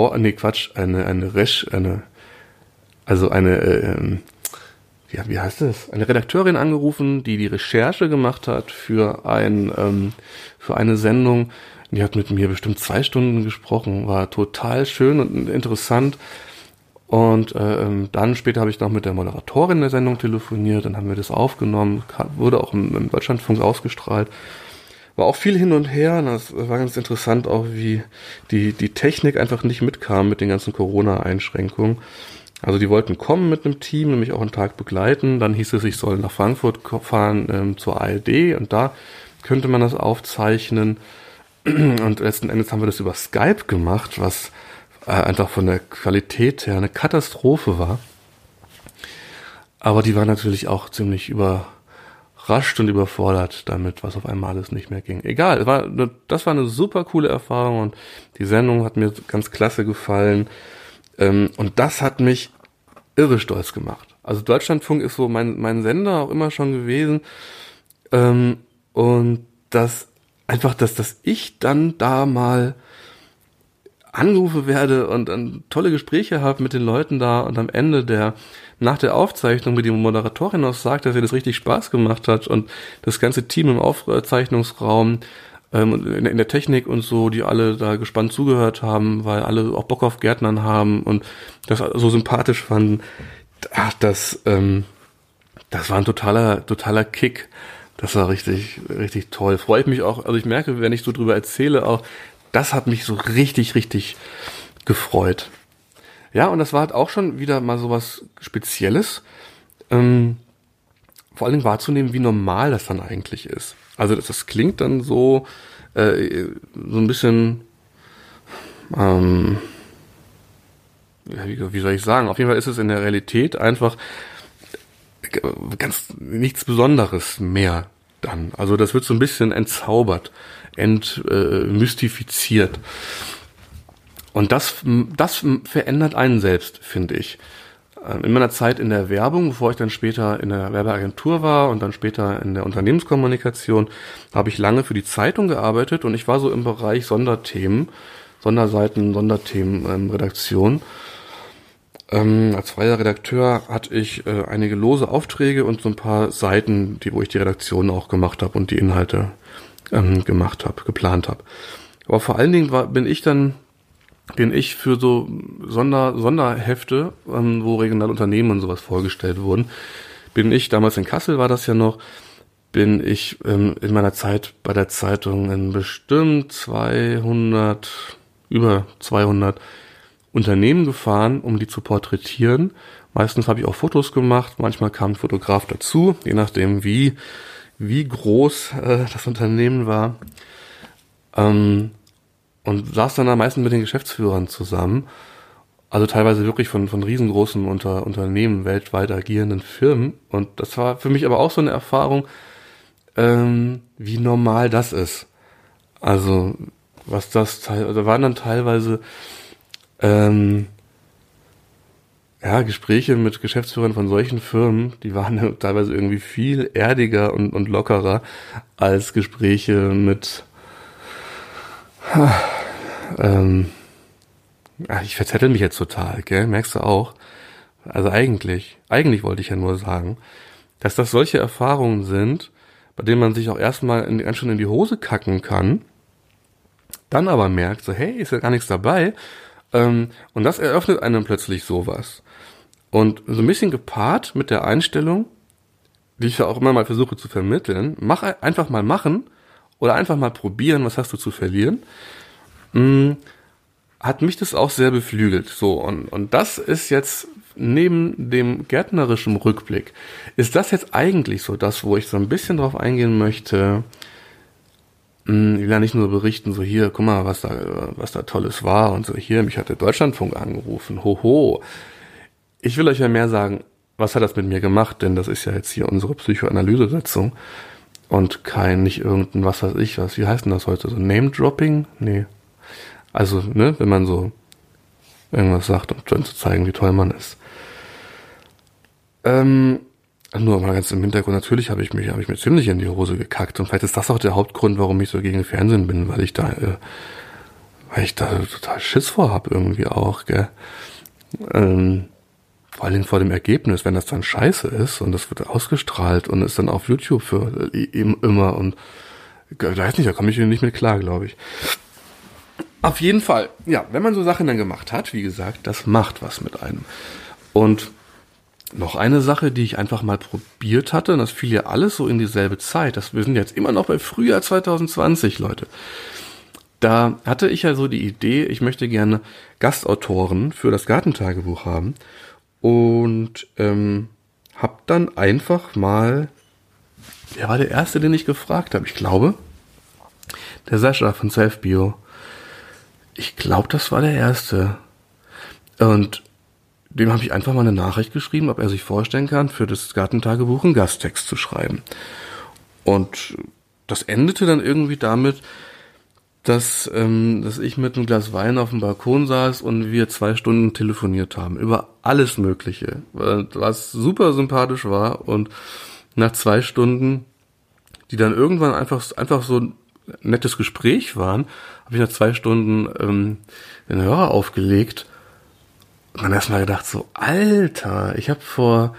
wie heißt das? Eine Redakteurin angerufen, die Recherche gemacht hat für eine Sendung. Die hat mit mir bestimmt 2 Stunden gesprochen, war total schön und interessant. Und dann später habe ich noch mit der Moderatorin der Sendung telefoniert, dann haben wir das aufgenommen, wurde auch im Deutschlandfunk ausgestrahlt. War auch viel hin und her, und das war ganz interessant auch, wie die Technik einfach nicht mitkam mit den ganzen Corona-Einschränkungen. Also die wollten kommen mit einem Team, nämlich auch einen Tag begleiten, dann hieß es, ich soll nach Frankfurt fahren zur ARD und da könnte man das aufzeichnen. Und letzten Endes haben wir das über Skype gemacht, was einfach von der Qualität her eine Katastrophe war. Aber die war natürlich auch ziemlich überrascht und überfordert damit, was auf einmal alles nicht mehr ging. Egal, das war eine super coole Erfahrung und die Sendung hat mir ganz klasse gefallen. Und das hat mich irre stolz gemacht. Also Deutschlandfunk ist so mein Sender auch immer schon gewesen. Und dass ich dann da mal angerufen werde und tolle Gespräche habe mit den Leuten da und am Ende nach der Aufzeichnung mit der Moderatorin noch sagt, dass ihr das richtig Spaß gemacht hat und das ganze Team im Aufzeichnungsraum in der Technik und so, die alle da gespannt zugehört haben, weil alle auch Bock auf Gärtnern haben und das so sympathisch fanden. Das war ein totaler Kick. Das war richtig, richtig toll. Freue ich mich auch, also ich merke, wenn ich so drüber erzähle, auch, das hat mich so richtig, richtig gefreut. Ja, und das war halt auch schon wieder mal so was Spezielles. Vor allen Dingen wahrzunehmen, wie normal das dann eigentlich ist. Also das klingt dann so ein bisschen, wie soll ich sagen, auf jeden Fall ist es in der Realität einfach ganz nichts Besonderes mehr dann. Also das wird so ein bisschen entzaubert, mystifiziert. Und das verändert einen selbst, finde ich. In meiner Zeit in der Werbung, bevor ich dann später in der Werbeagentur war und dann später in der Unternehmenskommunikation, habe ich lange für die Zeitung gearbeitet und ich war so im Bereich Sonderseiten, Redaktion. Als freier Redakteur hatte ich einige lose Aufträge und so ein paar Seiten, wo ich die Redaktion auch gemacht habe und die Inhalte geplant habe. Aber vor allen Dingen bin ich für so Sonderhefte, wo regionale Unternehmen und sowas vorgestellt wurden, damals in Kassel war das ja noch, in meiner Zeit bei der Zeitung in bestimmt über 200 Unternehmen gefahren, um die zu porträtieren. Meistens habe ich auch Fotos gemacht, manchmal kam ein Fotograf dazu, je nachdem wie groß das Unternehmen war. Und saß dann am meisten mit den Geschäftsführern zusammen. Also teilweise wirklich von riesengroßen Unternehmen, weltweit agierenden Firmen. Und das war für mich aber auch so eine Erfahrung, wie normal das ist. Also da waren dann teilweise Gespräche mit Geschäftsführern von solchen Firmen, die waren teilweise irgendwie viel erdiger und lockerer als Gespräche mit Ich verzettel mich jetzt total, gell? Merkst du auch? Also eigentlich wollte ich ja nur sagen, dass das solche Erfahrungen sind, bei denen man sich auch erstmal ganz schön in die Hose kacken kann, dann aber merkt, so, hey, ist ja gar nichts dabei, und das eröffnet einem plötzlich sowas. Und so ein bisschen gepaart mit der Einstellung, die ich ja auch immer mal versuche zu vermitteln, einfach mal machen oder einfach mal probieren, was hast du zu verlieren, hat mich das auch sehr beflügelt. So, und das ist jetzt neben dem gärtnerischen Rückblick, ist das jetzt eigentlich so das, wo ich so ein bisschen drauf eingehen möchte. Ich will ja nicht nur berichten, so hier, guck mal, was da Tolles war und so hier, mich hat der Deutschlandfunk angerufen, hoho. Ich will euch ja mehr sagen, was hat das mit mir gemacht, denn das ist ja jetzt hier unsere Psychoanalyse-Sitzung und nicht irgendein, was weiß ich was, wie heißt denn das heute, so Name-Dropping? Nee. Also, ne, wenn man so irgendwas sagt, um dann zu zeigen, wie toll man ist. Nur mal ganz im Hintergrund, natürlich habe ich mir ziemlich in die Hose gekackt und vielleicht ist das auch der Hauptgrund, warum ich so gegen Fernsehen bin, weil ich da total Schiss vor habe irgendwie auch, gell. Vor allem vor dem Ergebnis, wenn das dann scheiße ist und das wird ausgestrahlt und ist dann auf YouTube für immer und ich weiß nicht, da komme ich nicht mit klar, glaube ich. Auf jeden Fall, ja, wenn man so Sachen dann gemacht hat, wie gesagt, das macht was mit einem. Und noch eine Sache, die ich einfach mal probiert hatte, und das fiel ja alles so in dieselbe Zeit, wir sind jetzt immer noch bei Frühjahr 2020, Leute. Da hatte ich ja so die Idee, ich möchte gerne Gastautoren für das Gartentagebuch haben und habe dann einfach mal, wer war der Erste, den ich gefragt habe? Ich glaube, der Sascha von Selfbio. Ich glaube, das war der Erste. Und dem habe ich einfach mal eine Nachricht geschrieben, ob er sich vorstellen kann, für das Gartentagebuch einen Gasttext zu schreiben. Und das endete dann irgendwie damit, dass ich mit einem Glas Wein auf dem Balkon saß und wir 2 Stunden telefoniert haben über alles Mögliche, was super sympathisch war. Und nach 2 Stunden, die dann irgendwann einfach so ein nettes Gespräch waren, habe ich nach 2 Stunden den Hörer aufgelegt und dann erstmal gedacht so, Alter, ich habe vor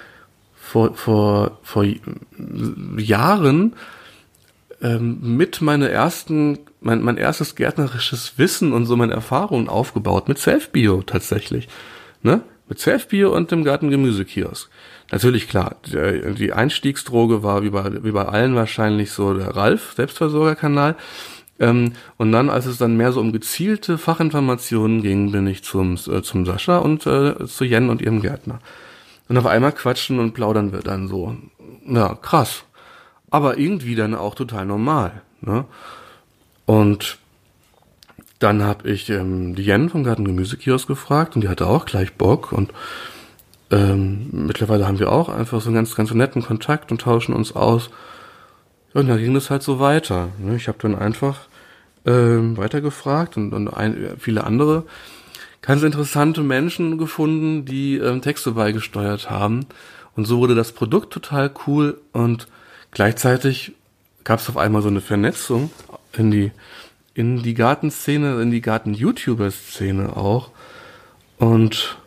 Jahren mit mein erstes gärtnerisches Wissen und so meine Erfahrungen aufgebaut mit Selfbio tatsächlich, ne? Mit Selfbio und dem Gartengemüsekiosk. Natürlich klar, die Einstiegsdroge war wie bei allen wahrscheinlich so der Ralf Selbstversorgerkanal. Und dann, als es dann mehr so um gezielte Fachinformationen ging, bin ich zum Sascha und zu Jen und ihrem Gärtner. Und auf einmal quatschen und plaudern wir dann so. Ja, krass. Aber irgendwie dann auch total normal, ne? Und dann habe ich die Jen vom Gartengemüsekiosk gefragt und die hatte auch gleich Bock und mittlerweile haben wir auch einfach so einen ganz, ganz netten Kontakt und tauschen uns aus. Und dann ging es halt so weiter, ne? Ich habe dann einfach weitergefragt und viele andere ganz interessante Menschen gefunden, die Texte beigesteuert haben. Und so wurde das Produkt total cool und gleichzeitig gab es auf einmal so eine Vernetzung in die Gartenszene, in die Garten-YouTuber-Szene auch. Und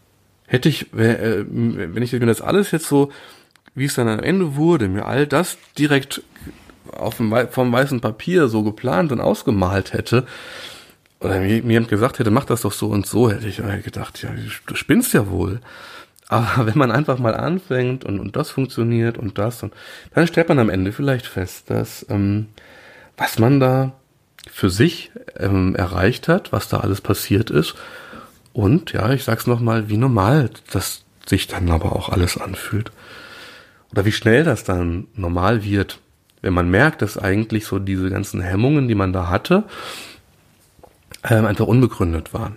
wenn ich mir das alles jetzt so, wie es dann am Ende wurde, mir all das direkt vom weißen Papier so geplant und ausgemalt hätte, oder mir jemand gesagt hätte, mach das doch so und so, hätte ich gedacht, ja, du spinnst ja wohl. Aber wenn man einfach mal anfängt und das funktioniert und das, und dann stellt man am Ende vielleicht fest, dass was man da für sich erreicht hat, was da alles passiert ist und, ja, ich sag's nochmal, wie normal das sich dann aber auch alles anfühlt. Oder wie schnell das dann normal wird, wenn man merkt, dass eigentlich so diese ganzen Hemmungen, die man da hatte, einfach unbegründet waren.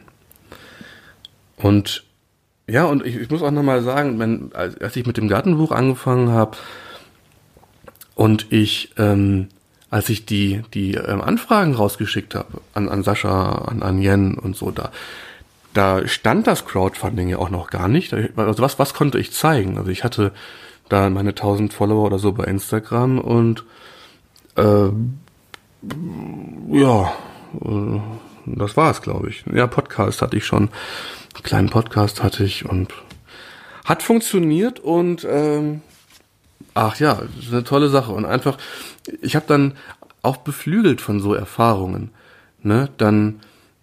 Und ja, und ich muss auch nochmal sagen, als ich mit dem Gartenbuch angefangen habe und als ich die Anfragen rausgeschickt habe an Sascha, an Jen und so, da stand das Crowdfunding ja auch noch gar nicht. Also was konnte ich zeigen? Also ich hatte da meine 1000 Follower oder so bei Instagram und ja, das war es, glaube ich. Ja, Podcast hatte ich schon. Einen kleinen Podcast hatte ich und hat funktioniert und ach ja, das ist eine tolle Sache. Und einfach, ich habe dann auch beflügelt von so Erfahrungen, ne, dann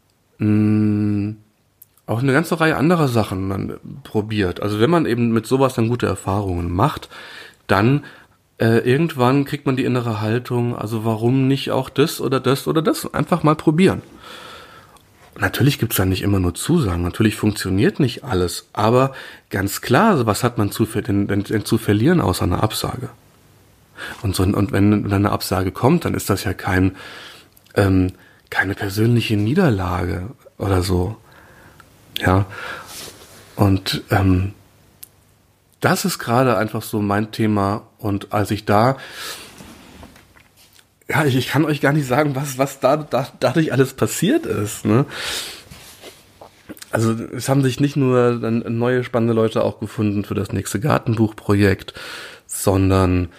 auch eine ganze Reihe anderer Sachen dann probiert. Also wenn man eben mit sowas dann gute Erfahrungen macht, dann irgendwann kriegt man die innere Haltung, also warum nicht auch das oder das oder das? Einfach mal probieren. Natürlich gibt's da nicht immer nur Zusagen, natürlich funktioniert nicht alles, aber ganz klar, also was hat man denn zu verlieren außer einer Absage? Und wenn dann eine Absage kommt, dann ist das ja keine persönliche Niederlage oder so. Ja. Und das ist gerade einfach so mein Thema. Und als ich da, ja, ich kann euch gar nicht sagen, was dadurch alles passiert ist, ne? Also es haben sich nicht nur dann neue spannende Leute auch gefunden für das nächste Gartenbuchprojekt, sondern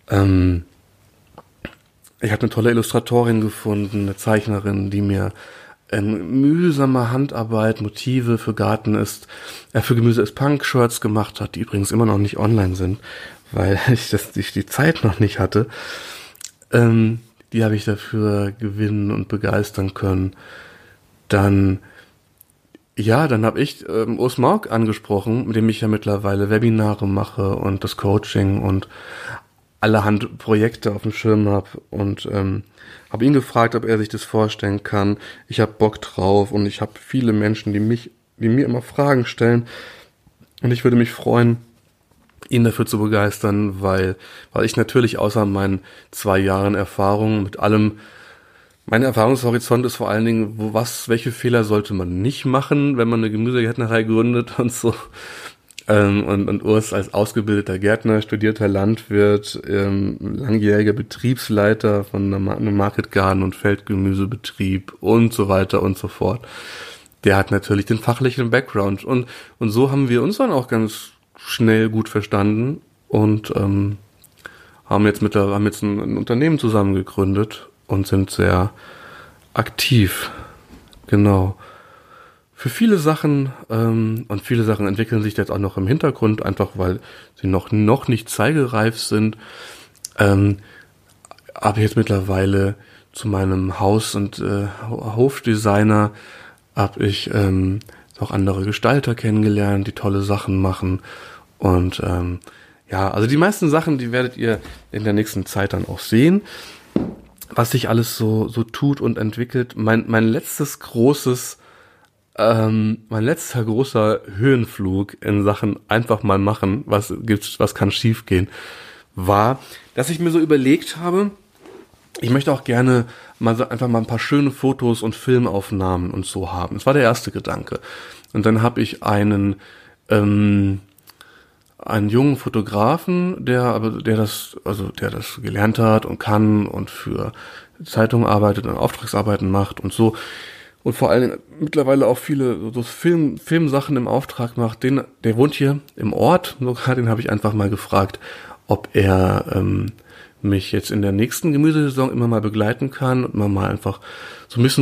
ich habe eine tolle Illustratorin gefunden, eine Zeichnerin, die mir mühsame Handarbeit, Motive für für Gemüse ist Punk-Shirts gemacht hat, die übrigens immer noch nicht online sind, weil ich die Zeit noch nicht hatte. Die habe ich dafür gewinnen und begeistern können. Dann habe ich Urs Mauk angesprochen, mit dem ich ja mittlerweile Webinare mache und das Coaching und allerhand Projekte auf dem Schirm habe und habe ihn gefragt, ob er sich das vorstellen kann. Ich habe Bock drauf und ich habe viele Menschen, die mir immer Fragen stellen und ich würde mich freuen, ihn dafür zu begeistern, weil ich natürlich außer meinen 2 Jahren Erfahrung mit allem, mein Erfahrungshorizont ist vor allen Dingen, welche Fehler sollte man nicht machen, wenn man eine Gemüsegärtnerei gründet und so. Und Urs als ausgebildeter Gärtner, studierter Landwirt, langjähriger Betriebsleiter von einem Market Garden und Feldgemüsebetrieb und so weiter und so fort. Der hat natürlich den fachlichen Background und so haben wir uns dann auch ganz schnell gut verstanden und haben jetzt ein Unternehmen zusammen gegründet und sind sehr aktiv. Genau. Für viele Sachen, und viele Sachen entwickeln sich jetzt auch noch im Hintergrund, einfach weil sie noch nicht zeigereif sind, habe ich jetzt mittlerweile zu meinem Haus- und Hofdesigner habe ich auch andere Gestalter kennengelernt, die tolle Sachen machen. Und also die meisten Sachen, die werdet ihr in der nächsten Zeit dann auch sehen, was sich alles so tut und entwickelt. Mein letzter großer Höhenflug in Sachen einfach mal machen, was kann schiefgehen, war, dass ich mir so überlegt habe, ich möchte auch gerne einfach mal ein paar schöne Fotos und Filmaufnahmen und so haben. Das war der erste Gedanke. Und dann habe ich einen jungen Fotografen, der das gelernt hat und kann und für Zeitungen arbeitet und Auftragsarbeiten macht und so. Und vor allem mittlerweile auch viele so Filmsachen im Auftrag macht. Der wohnt hier im Ort, sogar, den habe ich einfach mal gefragt, ob er mich jetzt in der nächsten Gemüsesaison immer mal begleiten kann und man mal einfach so ein bisschen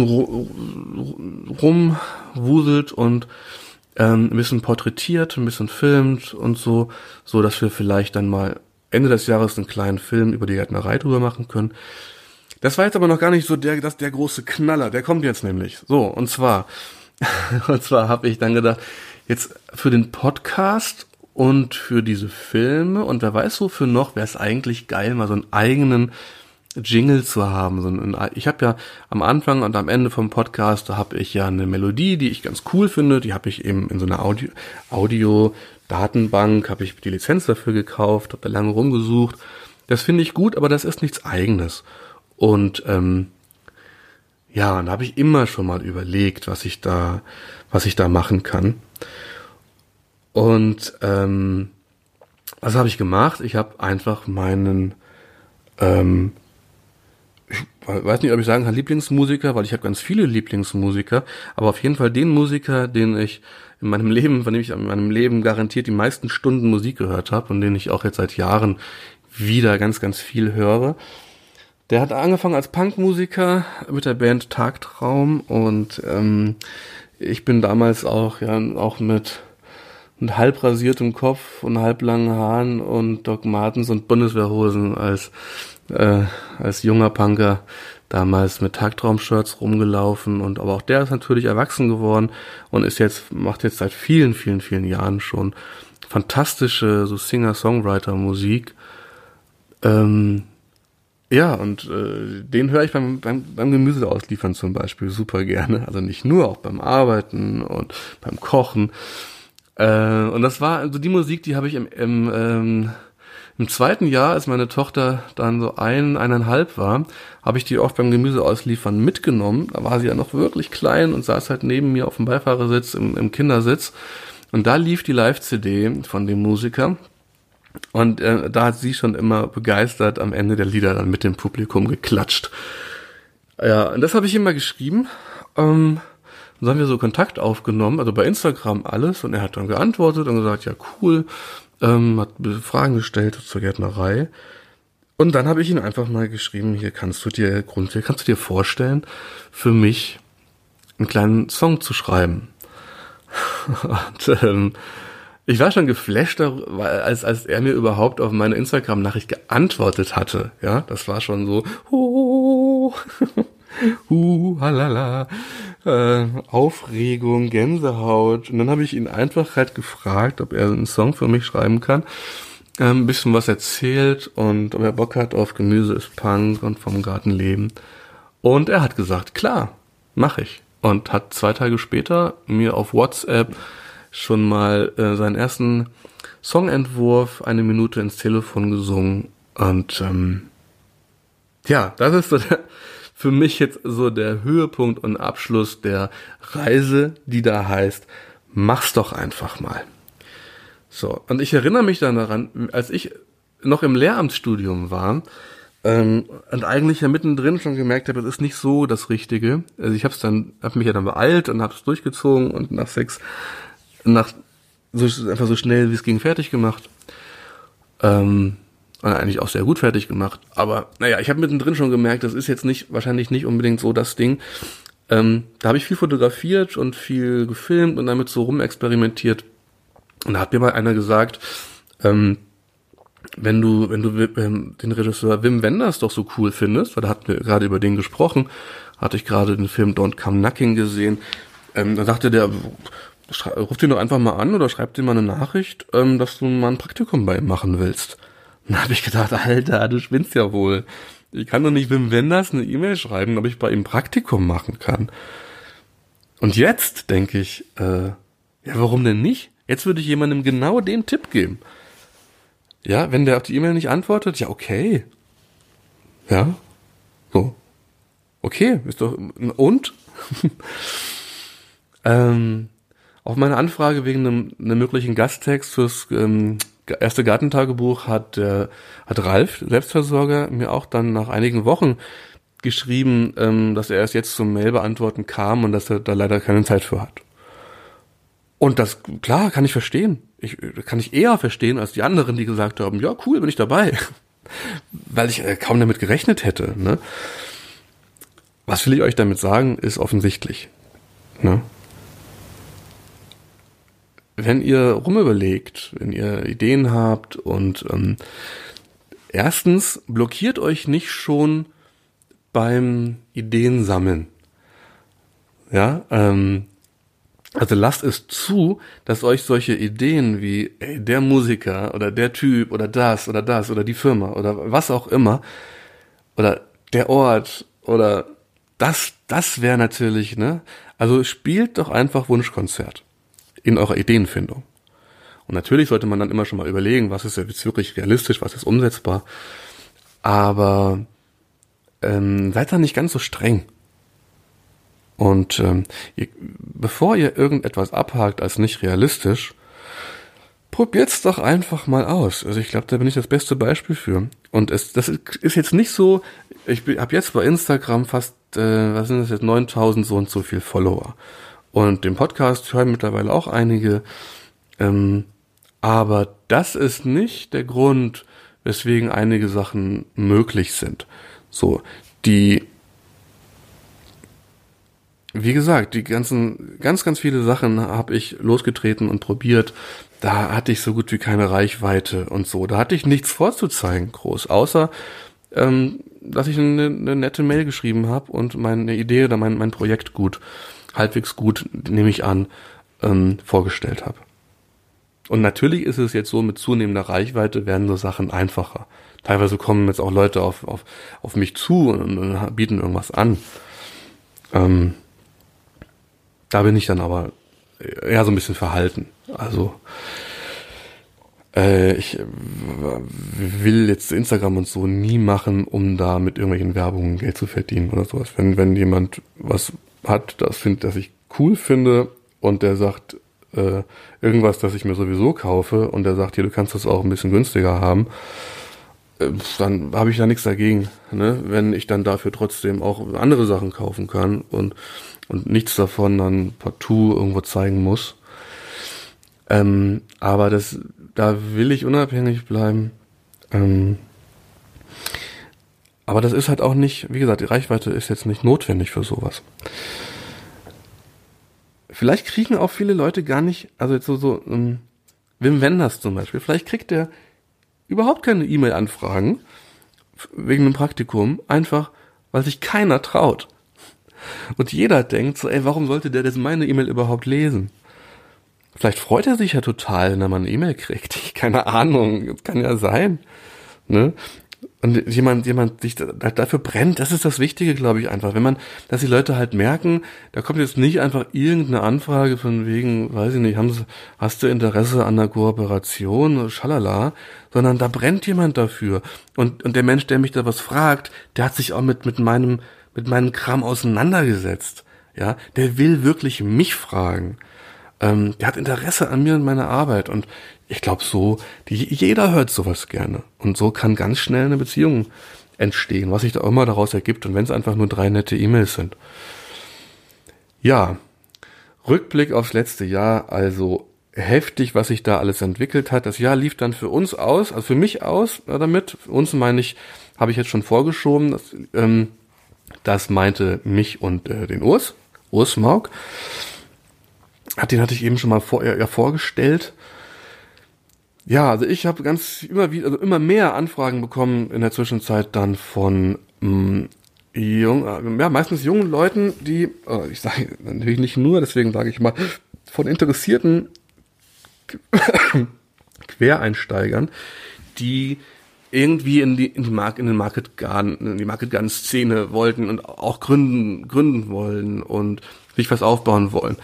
rumwuselt und ein bisschen porträtiert, ein bisschen filmt und so dass wir vielleicht dann mal Ende des Jahres einen kleinen Film über die Gärtnerei drüber machen können. Das war jetzt aber noch gar nicht so der große Knaller, der kommt jetzt nämlich. So, und zwar habe ich dann gedacht, jetzt für den Podcast und für diese Filme und wer weiß wofür noch, wäre es eigentlich geil, mal so einen eigenen Jingle zu haben. Ich habe ja am Anfang und am Ende vom Podcast, da habe ich ja eine Melodie, die ich ganz cool finde, die habe ich eben in so einer Audio-Datenbank, habe ich die Lizenz dafür gekauft, habe da lange rumgesucht. Das finde ich gut, aber das ist nichts Eigenes. Und und da habe ich immer schon mal überlegt, was ich da machen kann. Und was habe ich gemacht? Ich habe einfach meinen ich weiß nicht, ob ich sagen kann Lieblingsmusiker, weil ich habe ganz viele Lieblingsmusiker, aber auf jeden Fall den Musiker, von dem ich in meinem Leben garantiert die meisten Stunden Musik gehört habe und den ich auch jetzt seit Jahren wieder ganz, ganz viel höre, Der hat angefangen als Punkmusiker mit der Band Tagtraum und ich bin damals auch mit halb rasiertem Kopf und halblangen Haaren und Doc Martens und Bundeswehrhosen als junger Punker damals mit Tagtraum-Shirts rumgelaufen, und aber auch der ist natürlich erwachsen geworden und macht jetzt seit vielen, vielen, vielen Jahren schon fantastische so Singer-Songwriter-Musik. Ja, und den höre ich beim Gemüse ausliefern zum Beispiel super gerne. Also nicht nur, auch beim Arbeiten und beim Kochen. Und das war also die Musik, die habe ich im zweiten Jahr, als meine Tochter dann so 1,5 war, habe ich die oft beim Gemüse ausliefern mitgenommen. Da war sie ja noch wirklich klein und saß halt neben mir auf dem Beifahrersitz im Kindersitz. Und da lief die Live-CD von dem Musiker. Und da hat sie schon immer begeistert am Ende der Lieder dann mit dem Publikum geklatscht. Ja, und das habe ich ihm mal geschrieben. Und so haben wir so Kontakt aufgenommen, also bei Instagram alles. Und er hat dann geantwortet und gesagt, ja cool, hat Fragen gestellt zur Gärtnerei. Und dann habe ich ihn einfach mal geschrieben, hier kannst du dir vorstellen, für mich einen kleinen Song zu schreiben. Und ich war schon geflasht, als er mir überhaupt auf meine Instagram-Nachricht geantwortet hatte. Ja, das war schon so, halala, Aufregung, Gänsehaut. Und dann habe ich ihn einfach halt gefragt, ob er einen Song für mich schreiben kann. Ein bisschen was erzählt und ob er Bock hat auf Gemüse ist Punk und vom Gartenleben. Und er hat gesagt, klar, mach ich. Und hat 2 Tage später mir auf WhatsApp schon mal seinen ersten Songentwurf 1 Minute ins Telefon gesungen. Und ja, das ist so für mich jetzt so der Höhepunkt und Abschluss der Reise, die da heißt, mach's doch einfach mal. So, und ich erinnere mich dann daran, als ich noch im Lehramtsstudium war und eigentlich ja mittendrin schon gemerkt habe, das ist nicht so das Richtige. Also ich hab mich ja dann beeilt und hab's durchgezogen und einfach so schnell wie es ging fertig gemacht. Und eigentlich auch sehr gut fertig gemacht. Aber naja, ich habe mittendrin schon gemerkt, das ist jetzt wahrscheinlich nicht unbedingt so das Ding. Da habe ich viel fotografiert und viel gefilmt und damit so rumexperimentiert. Und da hat mir mal einer gesagt, wenn du den Regisseur Wim Wenders doch so cool findest, weil da hatten wir gerade über den gesprochen, hatte ich gerade den Film Don't Come Knocking gesehen, dann sagte der, ruf den doch einfach mal an oder schreib dir mal eine Nachricht, dass du mal ein Praktikum bei ihm machen willst. Und da habe ich gedacht, Alter, du spinnst ja wohl. Ich kann doch nicht Wim Wenders eine E-Mail schreiben, ob ich bei ihm Praktikum machen kann. Und jetzt denke ich, ja, warum denn nicht? Jetzt würde ich jemandem genau den Tipp geben. Ja, wenn der auf die E-Mail nicht antwortet, ja, okay. Ja, so. Okay, ist doch, und? Auf meine Anfrage wegen einem möglichen Gasttext fürs erste Gartentagebuch hat Ralf, Selbstversorger, mir auch dann nach einigen Wochen geschrieben, dass er erst jetzt zum Mail beantworten kam und dass er da leider keine Zeit für hat. Und das, klar, kann ich verstehen. Kann ich eher verstehen als die anderen, die gesagt haben, ja, cool, bin ich dabei. Weil ich kaum damit gerechnet hätte. Ne? Was will ich euch damit sagen, ist offensichtlich. Ne? Wenn ihr rumüberlegt, wenn ihr Ideen habt und erstens blockiert euch nicht schon beim Ideensammeln. Ja, also lasst es zu, dass euch solche Ideen wie der Musiker oder der Typ oder das oder die Firma oder was auch immer oder der Ort oder das wäre natürlich, ne? Also spielt doch einfach Wunschkonzert in eurer Ideenfindung. Und natürlich sollte man dann immer schon mal überlegen, was ist jetzt wirklich realistisch, was ist umsetzbar. Aber seid da nicht ganz so streng. Und bevor ihr irgendetwas abhakt als nicht realistisch, probiert's doch einfach mal aus. Also ich glaube, da bin ich das beste Beispiel für. Und das ist jetzt nicht so, ich habe jetzt bei Instagram fast, was sind das jetzt, 9.000 so und so viel Follower. Und den Podcast hören mittlerweile auch einige. Aber das ist nicht der Grund, weswegen einige Sachen möglich sind. So, wie gesagt, die ganz viele Sachen habe ich losgetreten und probiert. Da hatte ich so gut wie keine Reichweite und so. Da hatte ich nichts vorzuzeigen, groß, außer dass ich eine nette Mail geschrieben habe und meine Idee oder mein Projekt halbwegs gut, nehme ich an, vorgestellt habe. Und natürlich ist es jetzt so, mit zunehmender Reichweite werden so Sachen einfacher. Teilweise kommen jetzt auch Leute auf mich zu und bieten irgendwas an. Da bin ich dann aber eher so ein bisschen verhalten. Also ich will jetzt Instagram und so nie machen, um da mit irgendwelchen Werbungen Geld zu verdienen oder sowas. Wenn jemand was hat, das ich cool finde und der sagt irgendwas, das ich mir sowieso kaufe und der sagt, hier, du kannst das auch ein bisschen günstiger haben, dann habe ich da nichts dagegen, ne? Wenn ich dann dafür trotzdem auch andere Sachen kaufen kann und nichts davon dann partout irgendwo zeigen muss. Aber da will ich unabhängig bleiben. Aber das ist halt auch nicht, wie gesagt, die Reichweite ist jetzt nicht notwendig für sowas. Vielleicht kriegen auch viele Leute gar nicht, also jetzt so Wim Wenders zum Beispiel, vielleicht kriegt der überhaupt keine E-Mail-Anfragen wegen einem Praktikum, einfach weil sich keiner traut. Und jeder denkt so, ey, warum sollte der das meine E-Mail überhaupt lesen? Vielleicht freut er sich ja total, wenn er mal eine E-Mail kriegt. Keine Ahnung, das kann ja sein. Ne? Und jemand sich dafür brennt, das ist das Wichtige, glaube ich, einfach. Dass die Leute halt merken, da kommt jetzt nicht einfach irgendeine Anfrage von wegen, weiß ich nicht, hast du Interesse an einer Kooperation, schalala, sondern da brennt jemand dafür. Und der Mensch, der mich da was fragt, der hat sich auch mit meinem Kram auseinandergesetzt. Ja, der will wirklich mich fragen. Der hat Interesse an mir und meiner Arbeit und ich glaube jeder hört sowas gerne und so kann ganz schnell eine Beziehung entstehen, was sich da immer daraus ergibt und wenn es einfach nur 3 nette E-Mails sind. Ja, Rückblick aufs letzte Jahr, also heftig, was sich da alles entwickelt hat. Das Jahr lief dann für uns aus, also für mich aus damit. Für uns meine ich, habe ich jetzt schon vorgeschoben, das meinte mich und den Urs Mauk. Den hatte ich eben schon mal vorgestellt. Ja, also ich habe immer mehr Anfragen bekommen in der Zwischenzeit dann von meistens jungen Leuten, die, ich sage natürlich nicht nur, deswegen sage ich mal, von interessierten Quereinsteigern, die irgendwie in die Market Garden Szene wollten und auch gründen wollen und sich was aufbauen wollen.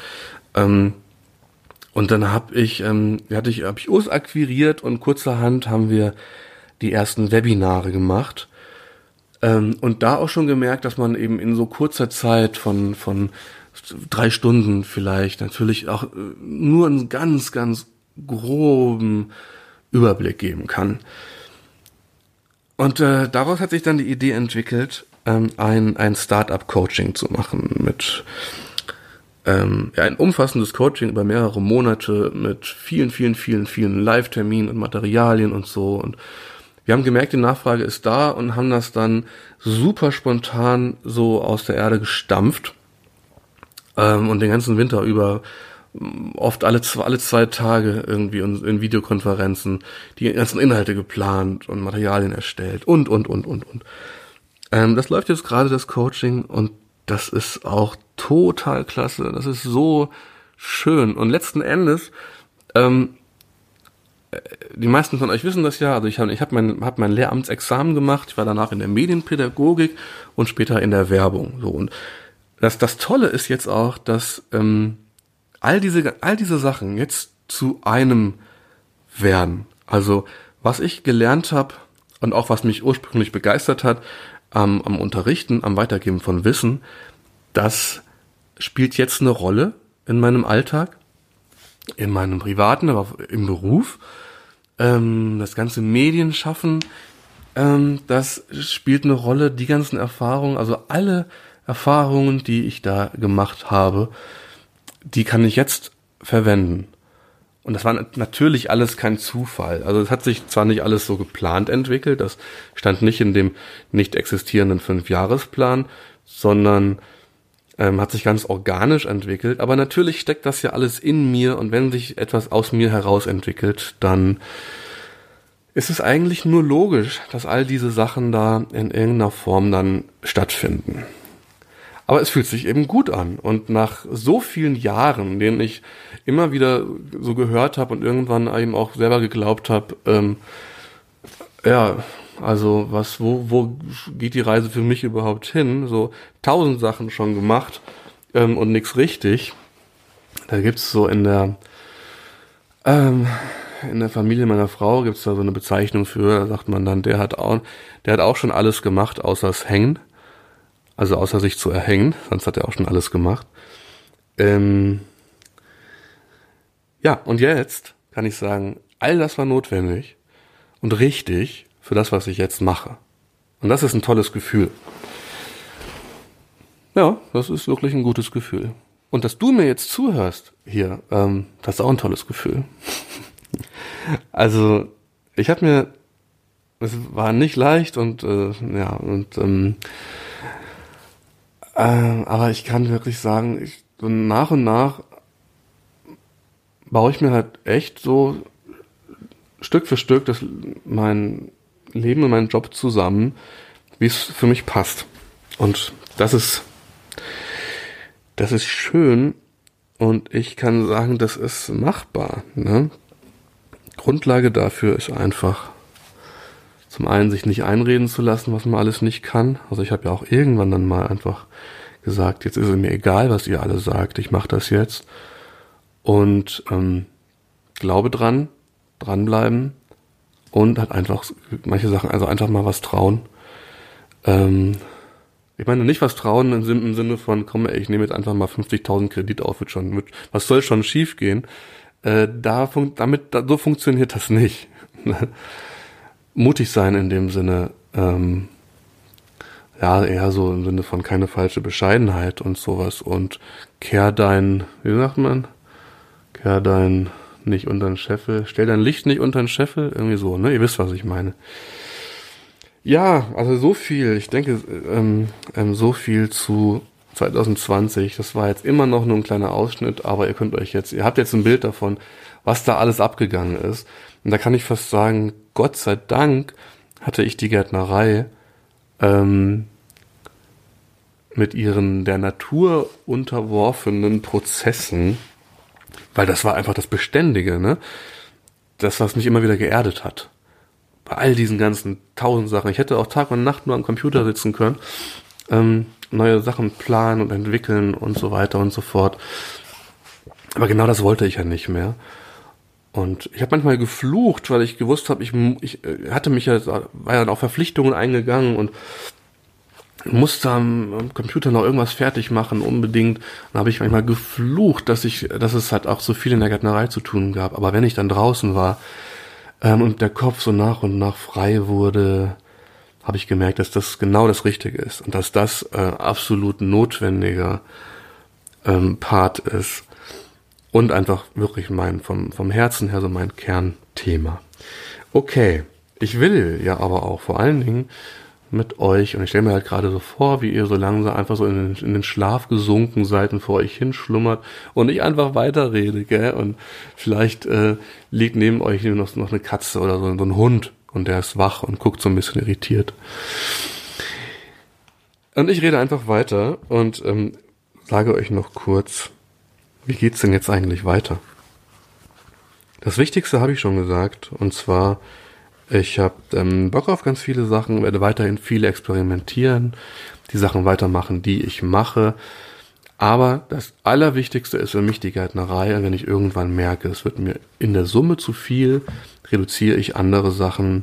Und dann habe ich Urs akquiriert und kurzerhand haben wir die ersten Webinare gemacht und da auch schon gemerkt, dass man eben in so kurzer Zeit von 3 Stunden vielleicht natürlich auch nur einen ganz, ganz groben Überblick geben kann. Und daraus hat sich dann die Idee entwickelt, ein Startup-Coaching zu machen mit ein umfassendes Coaching über mehrere Monate mit vielen, vielen, vielen, vielen Live-Terminen und Materialien und so. Und wir haben gemerkt, die Nachfrage ist da und haben das dann super spontan so aus der Erde gestampft und den ganzen Winter über oft alle 2 Tage irgendwie in Videokonferenzen die ganzen Inhalte geplant und Materialien erstellt und. Das läuft jetzt gerade, das Coaching, und das ist auch total klasse. Das ist so schön. Und letzten Endes, die meisten von euch wissen das ja, also ich hab mein Lehramtsexamen gemacht, ich war danach in der Medienpädagogik und später in der Werbung. So, und das Tolle ist jetzt auch, dass all diese Sachen jetzt zu einem werden. Also was ich gelernt habe und auch was mich ursprünglich begeistert hat, am Unterrichten, am Weitergeben von Wissen, das spielt jetzt eine Rolle in meinem Alltag, in meinem privaten, aber auch im Beruf. Das ganze Medienschaffen, das spielt eine Rolle, die ganzen Erfahrungen, also alle Erfahrungen, die ich da gemacht habe, die kann ich jetzt verwenden. Und das war natürlich alles kein Zufall. Also es hat sich zwar nicht alles so geplant entwickelt, das stand nicht in dem nicht existierenden 5-Jahresplan, sondern hat sich ganz organisch entwickelt. Aber natürlich steckt das ja alles in mir und wenn sich etwas aus mir heraus entwickelt, dann ist es eigentlich nur logisch, dass all diese Sachen da in irgendeiner Form dann stattfinden. Aber es fühlt sich eben gut an. Und nach so vielen Jahren, denen ich immer wieder so gehört habe und irgendwann eben auch selber geglaubt habe, also wo geht die Reise für mich überhaupt hin? So 1000 Sachen schon gemacht und nichts richtig. Da gibt's so in der Familie meiner Frau gibt's da so eine Bezeichnung für, da sagt man dann, der hat auch schon alles gemacht, außer das Hängen. Also außer sich zu erhängen, sonst hat er auch schon alles gemacht. Und jetzt kann ich sagen, all das war notwendig und richtig für das, was ich jetzt mache. Und das ist ein tolles Gefühl. Ja, das ist wirklich ein gutes Gefühl. Und dass du mir jetzt zuhörst hier, das ist auch ein tolles Gefühl. Also, es war nicht leicht aber ich kann wirklich sagen, so nach und nach baue ich mir halt echt so Stück für Stück mein Leben und meinen Job zusammen, wie es für mich passt. Und das ist schön und ich kann sagen, das ist machbar. Ne? Grundlage dafür ist einfach zum einen sich nicht einreden zu lassen, was man alles nicht kann. Also ich habe ja auch irgendwann dann mal einfach gesagt, jetzt ist es mir egal, was ihr alle sagt, ich mache das jetzt. Und glaube dranbleiben und halt einfach manche Sachen, also einfach mal was trauen. Ich meine nicht was trauen im Sinne von, komm, ich nehme jetzt einfach mal 50.000 Kredit auf, was soll schon schief gehen? So funktioniert das nicht. Mutig sein in dem Sinne, eher so im Sinne von keine falsche Bescheidenheit und sowas und kehr dein nicht unter den Scheffel, stell dein Licht nicht unter den Scheffel, irgendwie so, ne? Ihr wisst, was ich meine. Ja, also so viel, ich denke, so viel zu 2020, das war jetzt immer noch nur ein kleiner Ausschnitt, aber ihr habt jetzt ein Bild davon, was da alles abgegangen ist. Und da kann ich fast sagen, Gott sei Dank hatte ich die Gärtnerei mit ihren der Natur unterworfenen Prozessen, weil das war einfach das Beständige, ne? Das, was mich immer wieder geerdet hat. Bei all diesen ganzen 1000 Sachen. Ich hätte auch Tag und Nacht nur am Computer sitzen können, neue Sachen planen und entwickeln und so weiter und so fort. Aber genau das wollte ich ja nicht mehr. Und ich habe manchmal geflucht, weil ich gewusst habe, ich war ja auch Verpflichtungen eingegangen und musste am Computer noch irgendwas fertig machen, unbedingt. Dann habe ich manchmal geflucht, dass es halt auch so viel in der Gärtnerei zu tun gab. Aber wenn ich dann draußen war und der Kopf so nach und nach frei wurde, habe ich gemerkt, dass das genau das Richtige ist und dass das absolut notwendiger Part ist. Und einfach wirklich vom Herzen her so mein Kernthema. Okay, ich will ja aber auch vor allen Dingen mit euch, und ich stelle mir halt gerade so vor, wie ihr so langsam einfach so in den Schlaf gesunken seid und vor euch hinschlummert und ich einfach weiterrede, gell? Und vielleicht liegt neben euch noch eine Katze oder so ein Hund und der ist wach und guckt so ein bisschen irritiert. Und ich rede einfach weiter und sage euch noch kurz, wie geht's denn jetzt eigentlich weiter? Das Wichtigste habe ich schon gesagt, und zwar, ich habe Bock auf ganz viele Sachen, werde weiterhin viele experimentieren, die Sachen weitermachen, die ich mache, aber das Allerwichtigste ist für mich die Gärtnerei, und wenn ich irgendwann merke, es wird mir in der Summe zu viel, reduziere ich andere Sachen,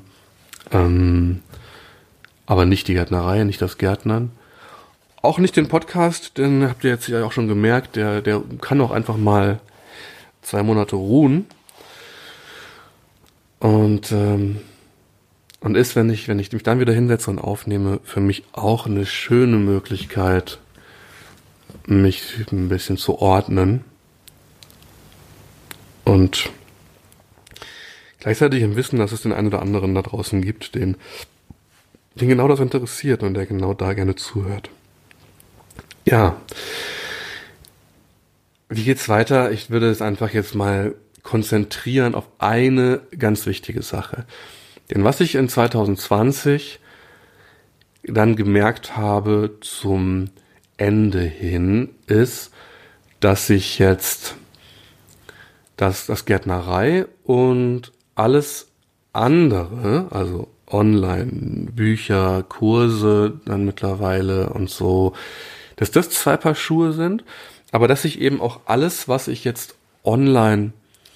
aber nicht die Gärtnerei, nicht das Gärtnern. Auch nicht den Podcast, den habt ihr jetzt ja auch schon gemerkt, der kann auch einfach mal 2 Monate ruhen. Und ist, wenn ich mich dann wieder hinsetze und aufnehme, für mich auch eine schöne Möglichkeit, mich ein bisschen zu ordnen. Und Gleichzeitig im Wissen, dass es den einen oder anderen da draußen gibt, den genau das interessiert und der genau da gerne zuhört. Ja, wie geht's weiter? Ich würde es einfach jetzt mal konzentrieren auf eine ganz wichtige Sache. Denn was ich in 2020 dann gemerkt habe zum Ende hin, ist, dass ich jetzt das Gärtnerei und alles andere, also online, Bücher, Kurse dann mittlerweile und so, dass das zwei Paar Schuhe sind, aber dass ich eben auch alles, was ich jetzt online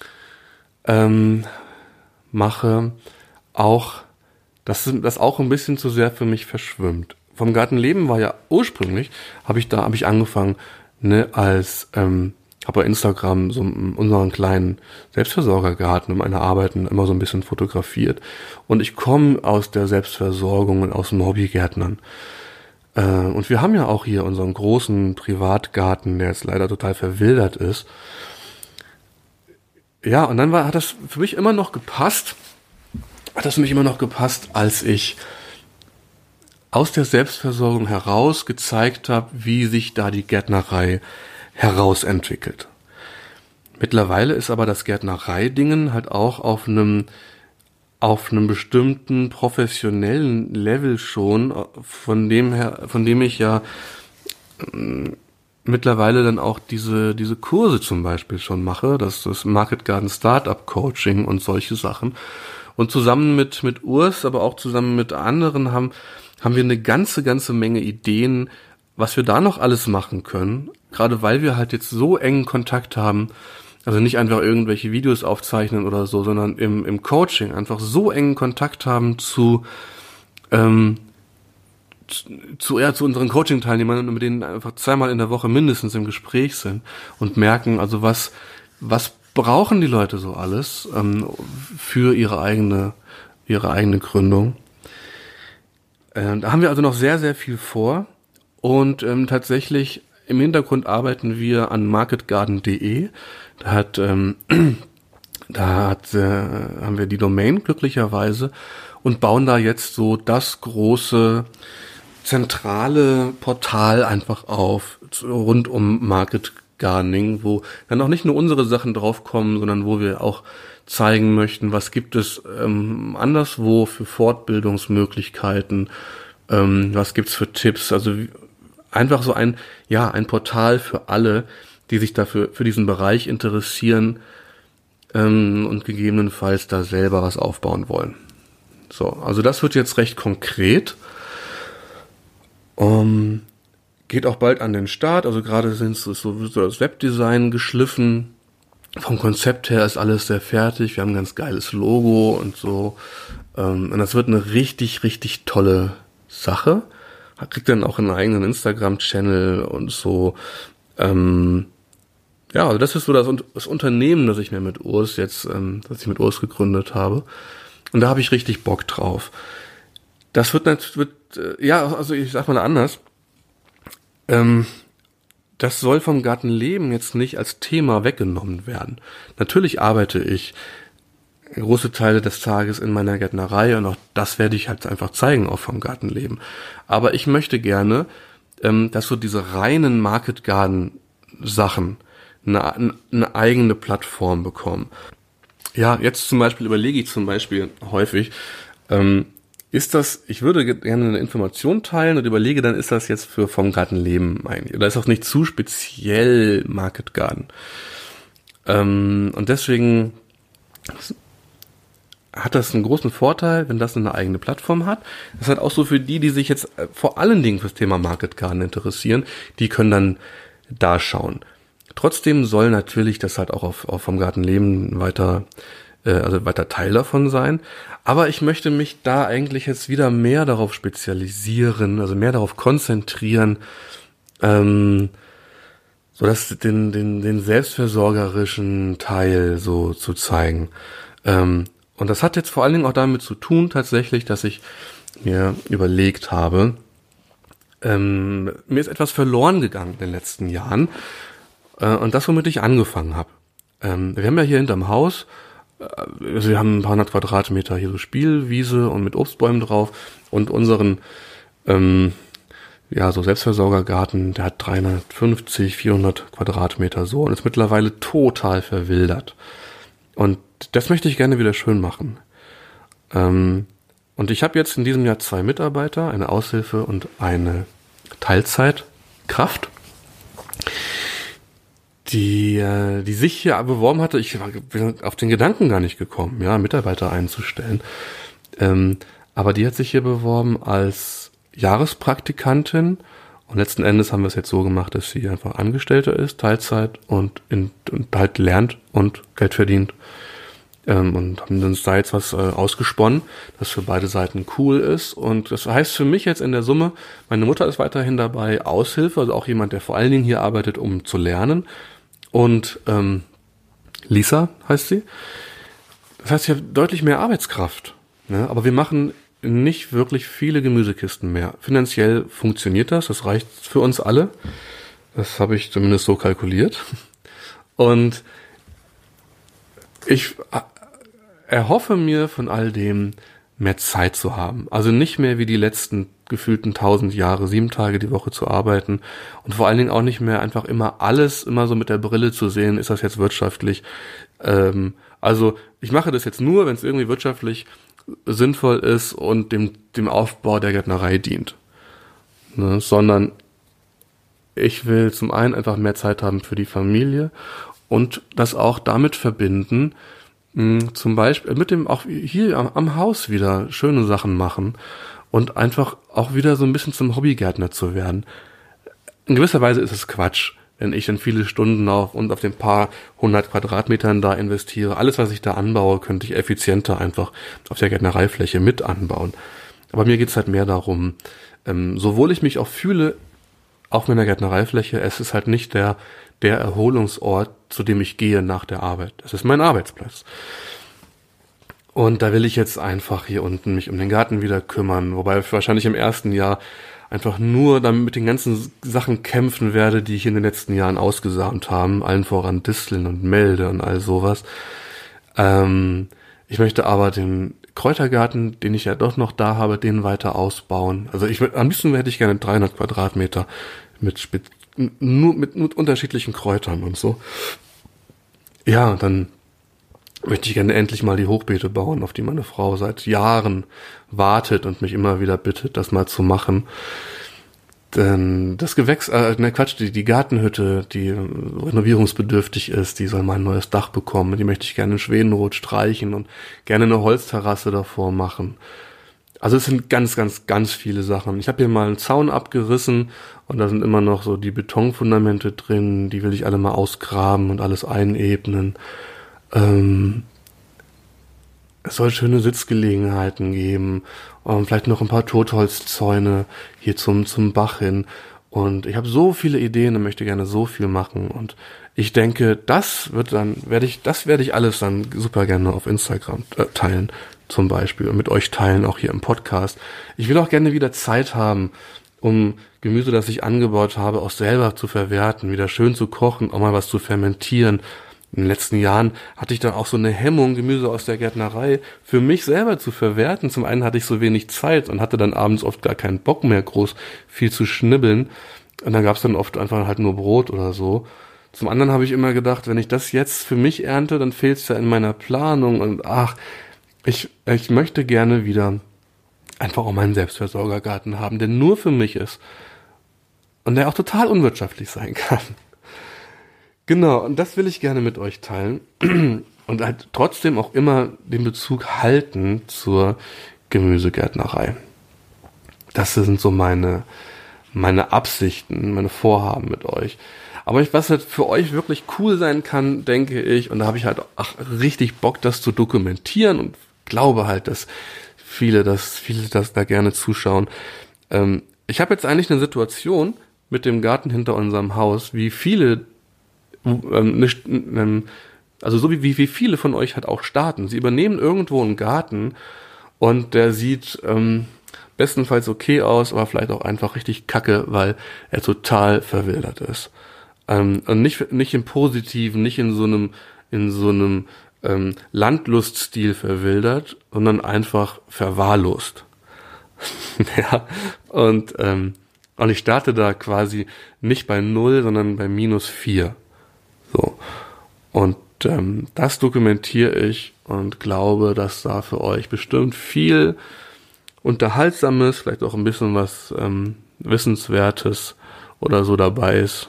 mache, auch, dass das auch ein bisschen zu sehr für mich verschwimmt. Vom Gartenleben war ja ursprünglich, habe ich angefangen, ne, habe bei Instagram so unseren kleinen Selbstversorgergarten und meine Arbeiten immer so ein bisschen fotografiert. Und ich komme aus der Selbstversorgung und aus dem Hobbygärtnern. Und wir haben ja auch hier unseren großen Privatgarten, der jetzt leider total verwildert ist. Ja, und dann hat das für mich immer noch gepasst, als ich aus der Selbstversorgung heraus gezeigt habe, wie sich da die Gärtnerei herausentwickelt. Mittlerweile ist aber das Gärtnerei-Dingen halt auch auf einem bestimmten professionellen Level schon, von dem ich ja mittlerweile dann auch diese Kurse zum Beispiel schon mache, das Market Garden Startup Coaching und solche Sachen. Und zusammen mit Urs, aber auch zusammen mit anderen haben wir eine ganze Menge Ideen, was wir da noch alles machen können, gerade weil wir halt jetzt so engen Kontakt haben, also nicht einfach irgendwelche Videos aufzeichnen oder so, sondern im Coaching einfach so engen Kontakt haben zu unseren Coaching-Teilnehmern, mit denen einfach zweimal in der Woche mindestens im Gespräch sind und merken, also was brauchen die Leute so alles für ihre eigene Gründung. Da haben wir also noch sehr, sehr viel vor und tatsächlich im Hintergrund arbeiten wir an marketgarden.de. Da haben wir die Domain glücklicherweise und bauen da jetzt so das große zentrale Portal einfach auf rund um Market Gardening, wo dann auch nicht nur unsere Sachen draufkommen, sondern wo wir auch zeigen möchten, was gibt es anderswo für Fortbildungsmöglichkeiten, was gibt's für Tipps, also einfach so ein Portal für alle, die sich dafür für diesen Bereich interessieren und gegebenenfalls da selber was aufbauen wollen. So, also das wird jetzt recht konkret. Geht auch bald an den Start, also gerade sind es so das Webdesign geschliffen. Vom Konzept her ist alles sehr fertig. Wir haben ein ganz geiles Logo und so. Und das wird eine richtig, richtig tolle Sache. Kriegt dann auch einen eigenen Instagram-Channel und so. Also das ist so das Unternehmen, das ich mit Urs gegründet habe. Und da habe ich richtig Bock drauf. Das also ich sag mal anders. Das soll vom Gartenleben jetzt nicht als Thema weggenommen werden. Natürlich arbeite ich große Teile des Tages in meiner Gärtnerei und auch das werde ich halt einfach zeigen, auch vom Gartenleben. Aber ich möchte gerne, dass so diese reinen Market Garden Sachen eine eigene Plattform bekommen. Ja, jetzt zum Beispiel überlege ich häufig, ich würde gerne eine Information teilen und überlege dann, ist das jetzt für vom Gartenleben eigentlich? Oder ist das nicht zu speziell Market Garden? Und deswegen hat das einen großen Vorteil, wenn das eine eigene Plattform hat. Das hat auch so für die sich jetzt vor allen Dingen fürs Thema Market Garden interessieren, die können dann da schauen. Trotzdem soll natürlich das halt auch auf vom Gartenleben weiter Teil davon sein. Aber ich möchte mich da eigentlich jetzt wieder mehr darauf spezialisieren, also mehr darauf konzentrieren, so dass den selbstversorgerischen Teil so zu zeigen. Und das hat jetzt vor allen Dingen auch damit zu tun, tatsächlich, dass ich mir überlegt habe, mir ist etwas verloren gegangen in den letzten Jahren. Und das, womit ich angefangen habe. Wir haben ja hier hinterm Haus also wir haben ein paar hundert Quadratmeter hier so Spielwiese und mit Obstbäumen drauf und unseren so Selbstversorgergarten, der hat 350, 400 Quadratmeter so und ist mittlerweile total verwildert. Und das möchte ich gerne wieder schön machen. Und ich habe jetzt in diesem Jahr 2 Mitarbeiter, eine Aushilfe und eine Teilzeitkraft, die sich hier beworben hatte. Ich bin auf den Gedanken gar nicht gekommen, ja, Mitarbeiter einzustellen. Aber die hat sich hier beworben als Jahrespraktikantin und letzten Endes haben wir es jetzt so gemacht, dass sie einfach Angestellte ist, Teilzeit und halt lernt und Geld verdient. Und haben uns da jetzt was ausgesponnen, das für beide Seiten cool ist. Und das heißt für mich jetzt in der Summe, meine Mutter ist weiterhin dabei, Aushilfe, also auch jemand, der vor allen Dingen hier arbeitet, um zu lernen. Und Lisa heißt sie. Das heißt, ich habe deutlich mehr Arbeitskraft. Ne? Aber wir machen nicht wirklich viele Gemüsekisten mehr. Finanziell funktioniert das reicht für uns alle. Das habe ich zumindest so kalkuliert. Und ich erhoffe mir von all dem mehr Zeit zu haben. Also nicht mehr wie die letzten gefühlten 1000 Jahre, 7 Tage die Woche zu arbeiten und vor allen Dingen auch nicht mehr einfach immer alles immer so mit der Brille zu sehen, ist das jetzt wirtschaftlich. Also ich mache das jetzt nur, wenn es irgendwie wirtschaftlich sinnvoll ist und dem Aufbau der Gärtnerei dient. Ne? Sondern ich will zum einen einfach mehr Zeit haben für die Familie und das auch damit verbinden, zum Beispiel mit dem auch hier am Haus wieder schöne Sachen machen und einfach auch wieder so ein bisschen zum Hobbygärtner zu werden. In gewisser Weise ist es Quatsch, wenn ich dann viele Stunden auf den paar 100 Quadratmetern da investiere. Alles, was ich da anbaue, könnte ich effizienter einfach auf der Gärtnereifläche mit anbauen. Aber mir geht's halt mehr darum, sowohl ich mich auch fühle, auf meiner Gärtnereifläche, es ist halt nicht der Erholungsort, zu dem ich gehe nach der Arbeit. Es ist mein Arbeitsplatz. Und da will ich jetzt einfach hier unten mich um den Garten wieder kümmern, wobei ich wahrscheinlich im ersten Jahr einfach nur dann mit den ganzen Sachen kämpfen werde, die ich in den letzten Jahren ausgesamt haben, allen voran Disteln und Melde und all sowas. Ich möchte aber den Kräutergarten, den ich ja doch noch da habe, den weiter ausbauen. Also am liebsten hätte ich gerne 300 Quadratmeter mit unterschiedlichen Kräutern und so. Ja, dann möchte ich gerne endlich mal die Hochbeete bauen, auf die meine Frau seit Jahren wartet und mich immer wieder bittet, das mal zu machen. Denn das die Gartenhütte, die renovierungsbedürftig ist, die soll mal ein neues Dach bekommen. Die möchte ich gerne in Schwedenrot streichen und gerne eine Holzterrasse davor machen. Also es sind ganz, ganz, ganz viele Sachen. Ich habe hier mal einen Zaun abgerissen und da sind immer noch so die Betonfundamente drin. Die will ich alle mal ausgraben und alles einebnen. Es soll schöne Sitzgelegenheiten geben und vielleicht noch ein paar Totholzzäune hier zum Bach hin. Und ich habe so viele Ideen und möchte gerne so viel machen. Und ich denke, das werde ich alles dann super gerne auf Instagram teilen, zum Beispiel, und mit euch teilen, auch hier im Podcast. Ich will auch gerne wieder Zeit haben, um Gemüse, das ich angebaut habe, auch selber zu verwerten, wieder schön zu kochen, auch mal was zu fermentieren. In den letzten Jahren hatte ich dann auch so eine Hemmung, Gemüse aus der Gärtnerei für mich selber zu verwerten. Zum einen hatte ich so wenig Zeit und hatte dann abends oft gar keinen Bock mehr, groß viel zu schnibbeln. Und dann gab es dann oft einfach halt nur Brot oder so. Zum anderen habe ich immer gedacht, wenn ich das jetzt für mich ernte, dann fehlt es ja in meiner Planung. Und ich möchte gerne wieder einfach auch meinen Selbstversorgergarten haben, der nur für mich ist und der auch total unwirtschaftlich sein kann. Genau, und das will ich gerne mit euch teilen und halt trotzdem auch immer den Bezug halten zur Gemüsegärtnerei. Das sind so meine Absichten, meine Vorhaben mit euch. Aber was halt für euch wirklich cool sein kann, denke ich, und da habe ich halt richtig Bock, das zu dokumentieren und glaube halt, dass viele das da gerne zuschauen. Ich habe jetzt eigentlich eine Situation mit dem Garten hinter unserem Haus, wie viele also so wie viele von euch halt auch starten. Sie übernehmen irgendwo einen Garten und der sieht bestenfalls okay aus, aber vielleicht auch einfach richtig kacke, weil er total verwildert ist. Und nicht im Positiven, nicht in so einem Landluststil verwildert, sondern einfach verwahrlost. Ja, und ich starte da quasi nicht bei 0, sondern bei -4. So. Und das dokumentiere ich und glaube, dass da für euch bestimmt viel Unterhaltsames, vielleicht auch ein bisschen was Wissenswertes oder so dabei ist.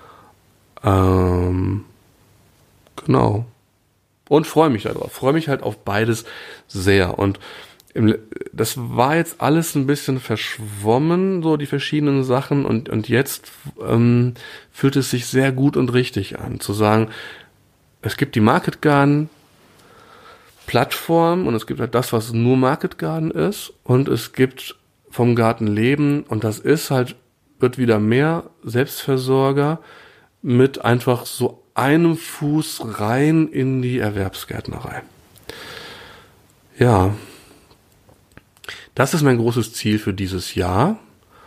Genau. Und freue mich darauf. Freue mich halt auf beides sehr. Und das war jetzt alles ein bisschen verschwommen, so die verschiedenen Sachen. Und jetzt fühlt es sich sehr gut und richtig an, zu sagen, es gibt die Market Garden Plattform und es gibt halt das, was nur Market Garden ist, und es gibt vom Garten Leben, und das ist halt, wird wieder mehr Selbstversorger mit einfach so einem Fuß rein in die Erwerbsgärtnerei. Ja, das ist mein großes Ziel für dieses Jahr.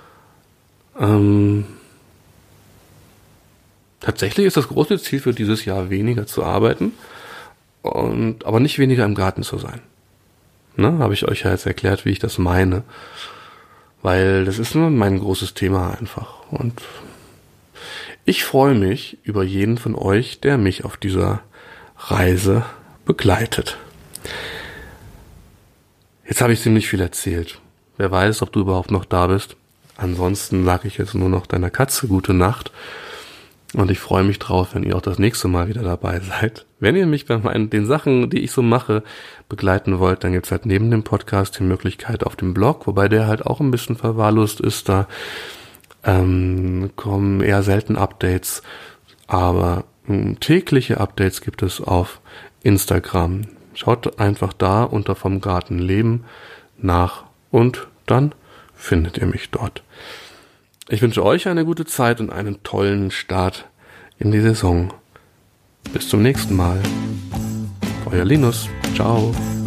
Tatsächlich ist das große Ziel für dieses Jahr, weniger zu arbeiten, aber nicht weniger im Garten zu sein. Ne? Habe ich euch ja jetzt erklärt, wie ich das meine. Weil das ist nur mein großes Thema einfach. Und ich freue mich über jeden von euch, der mich auf dieser Reise begleitet. Jetzt habe ich ziemlich viel erzählt. Wer weiß, ob du überhaupt noch da bist. Ansonsten sage ich jetzt nur noch deiner Katze gute Nacht. Und ich freue mich drauf, wenn ihr auch das nächste Mal wieder dabei seid. Wenn ihr mich bei den Sachen, die ich so mache, begleiten wollt, dann gibt's halt neben dem Podcast die Möglichkeit auf dem Blog, wobei der halt auch ein bisschen verwahrlost ist. Da kommen eher selten Updates, aber tägliche Updates gibt es auf Instagram. Schaut einfach da unter vom Garten Leben nach und dann findet ihr mich dort. Ich wünsche euch eine gute Zeit und einen tollen Start in die Saison. Bis zum nächsten Mal. Euer Linus. Ciao.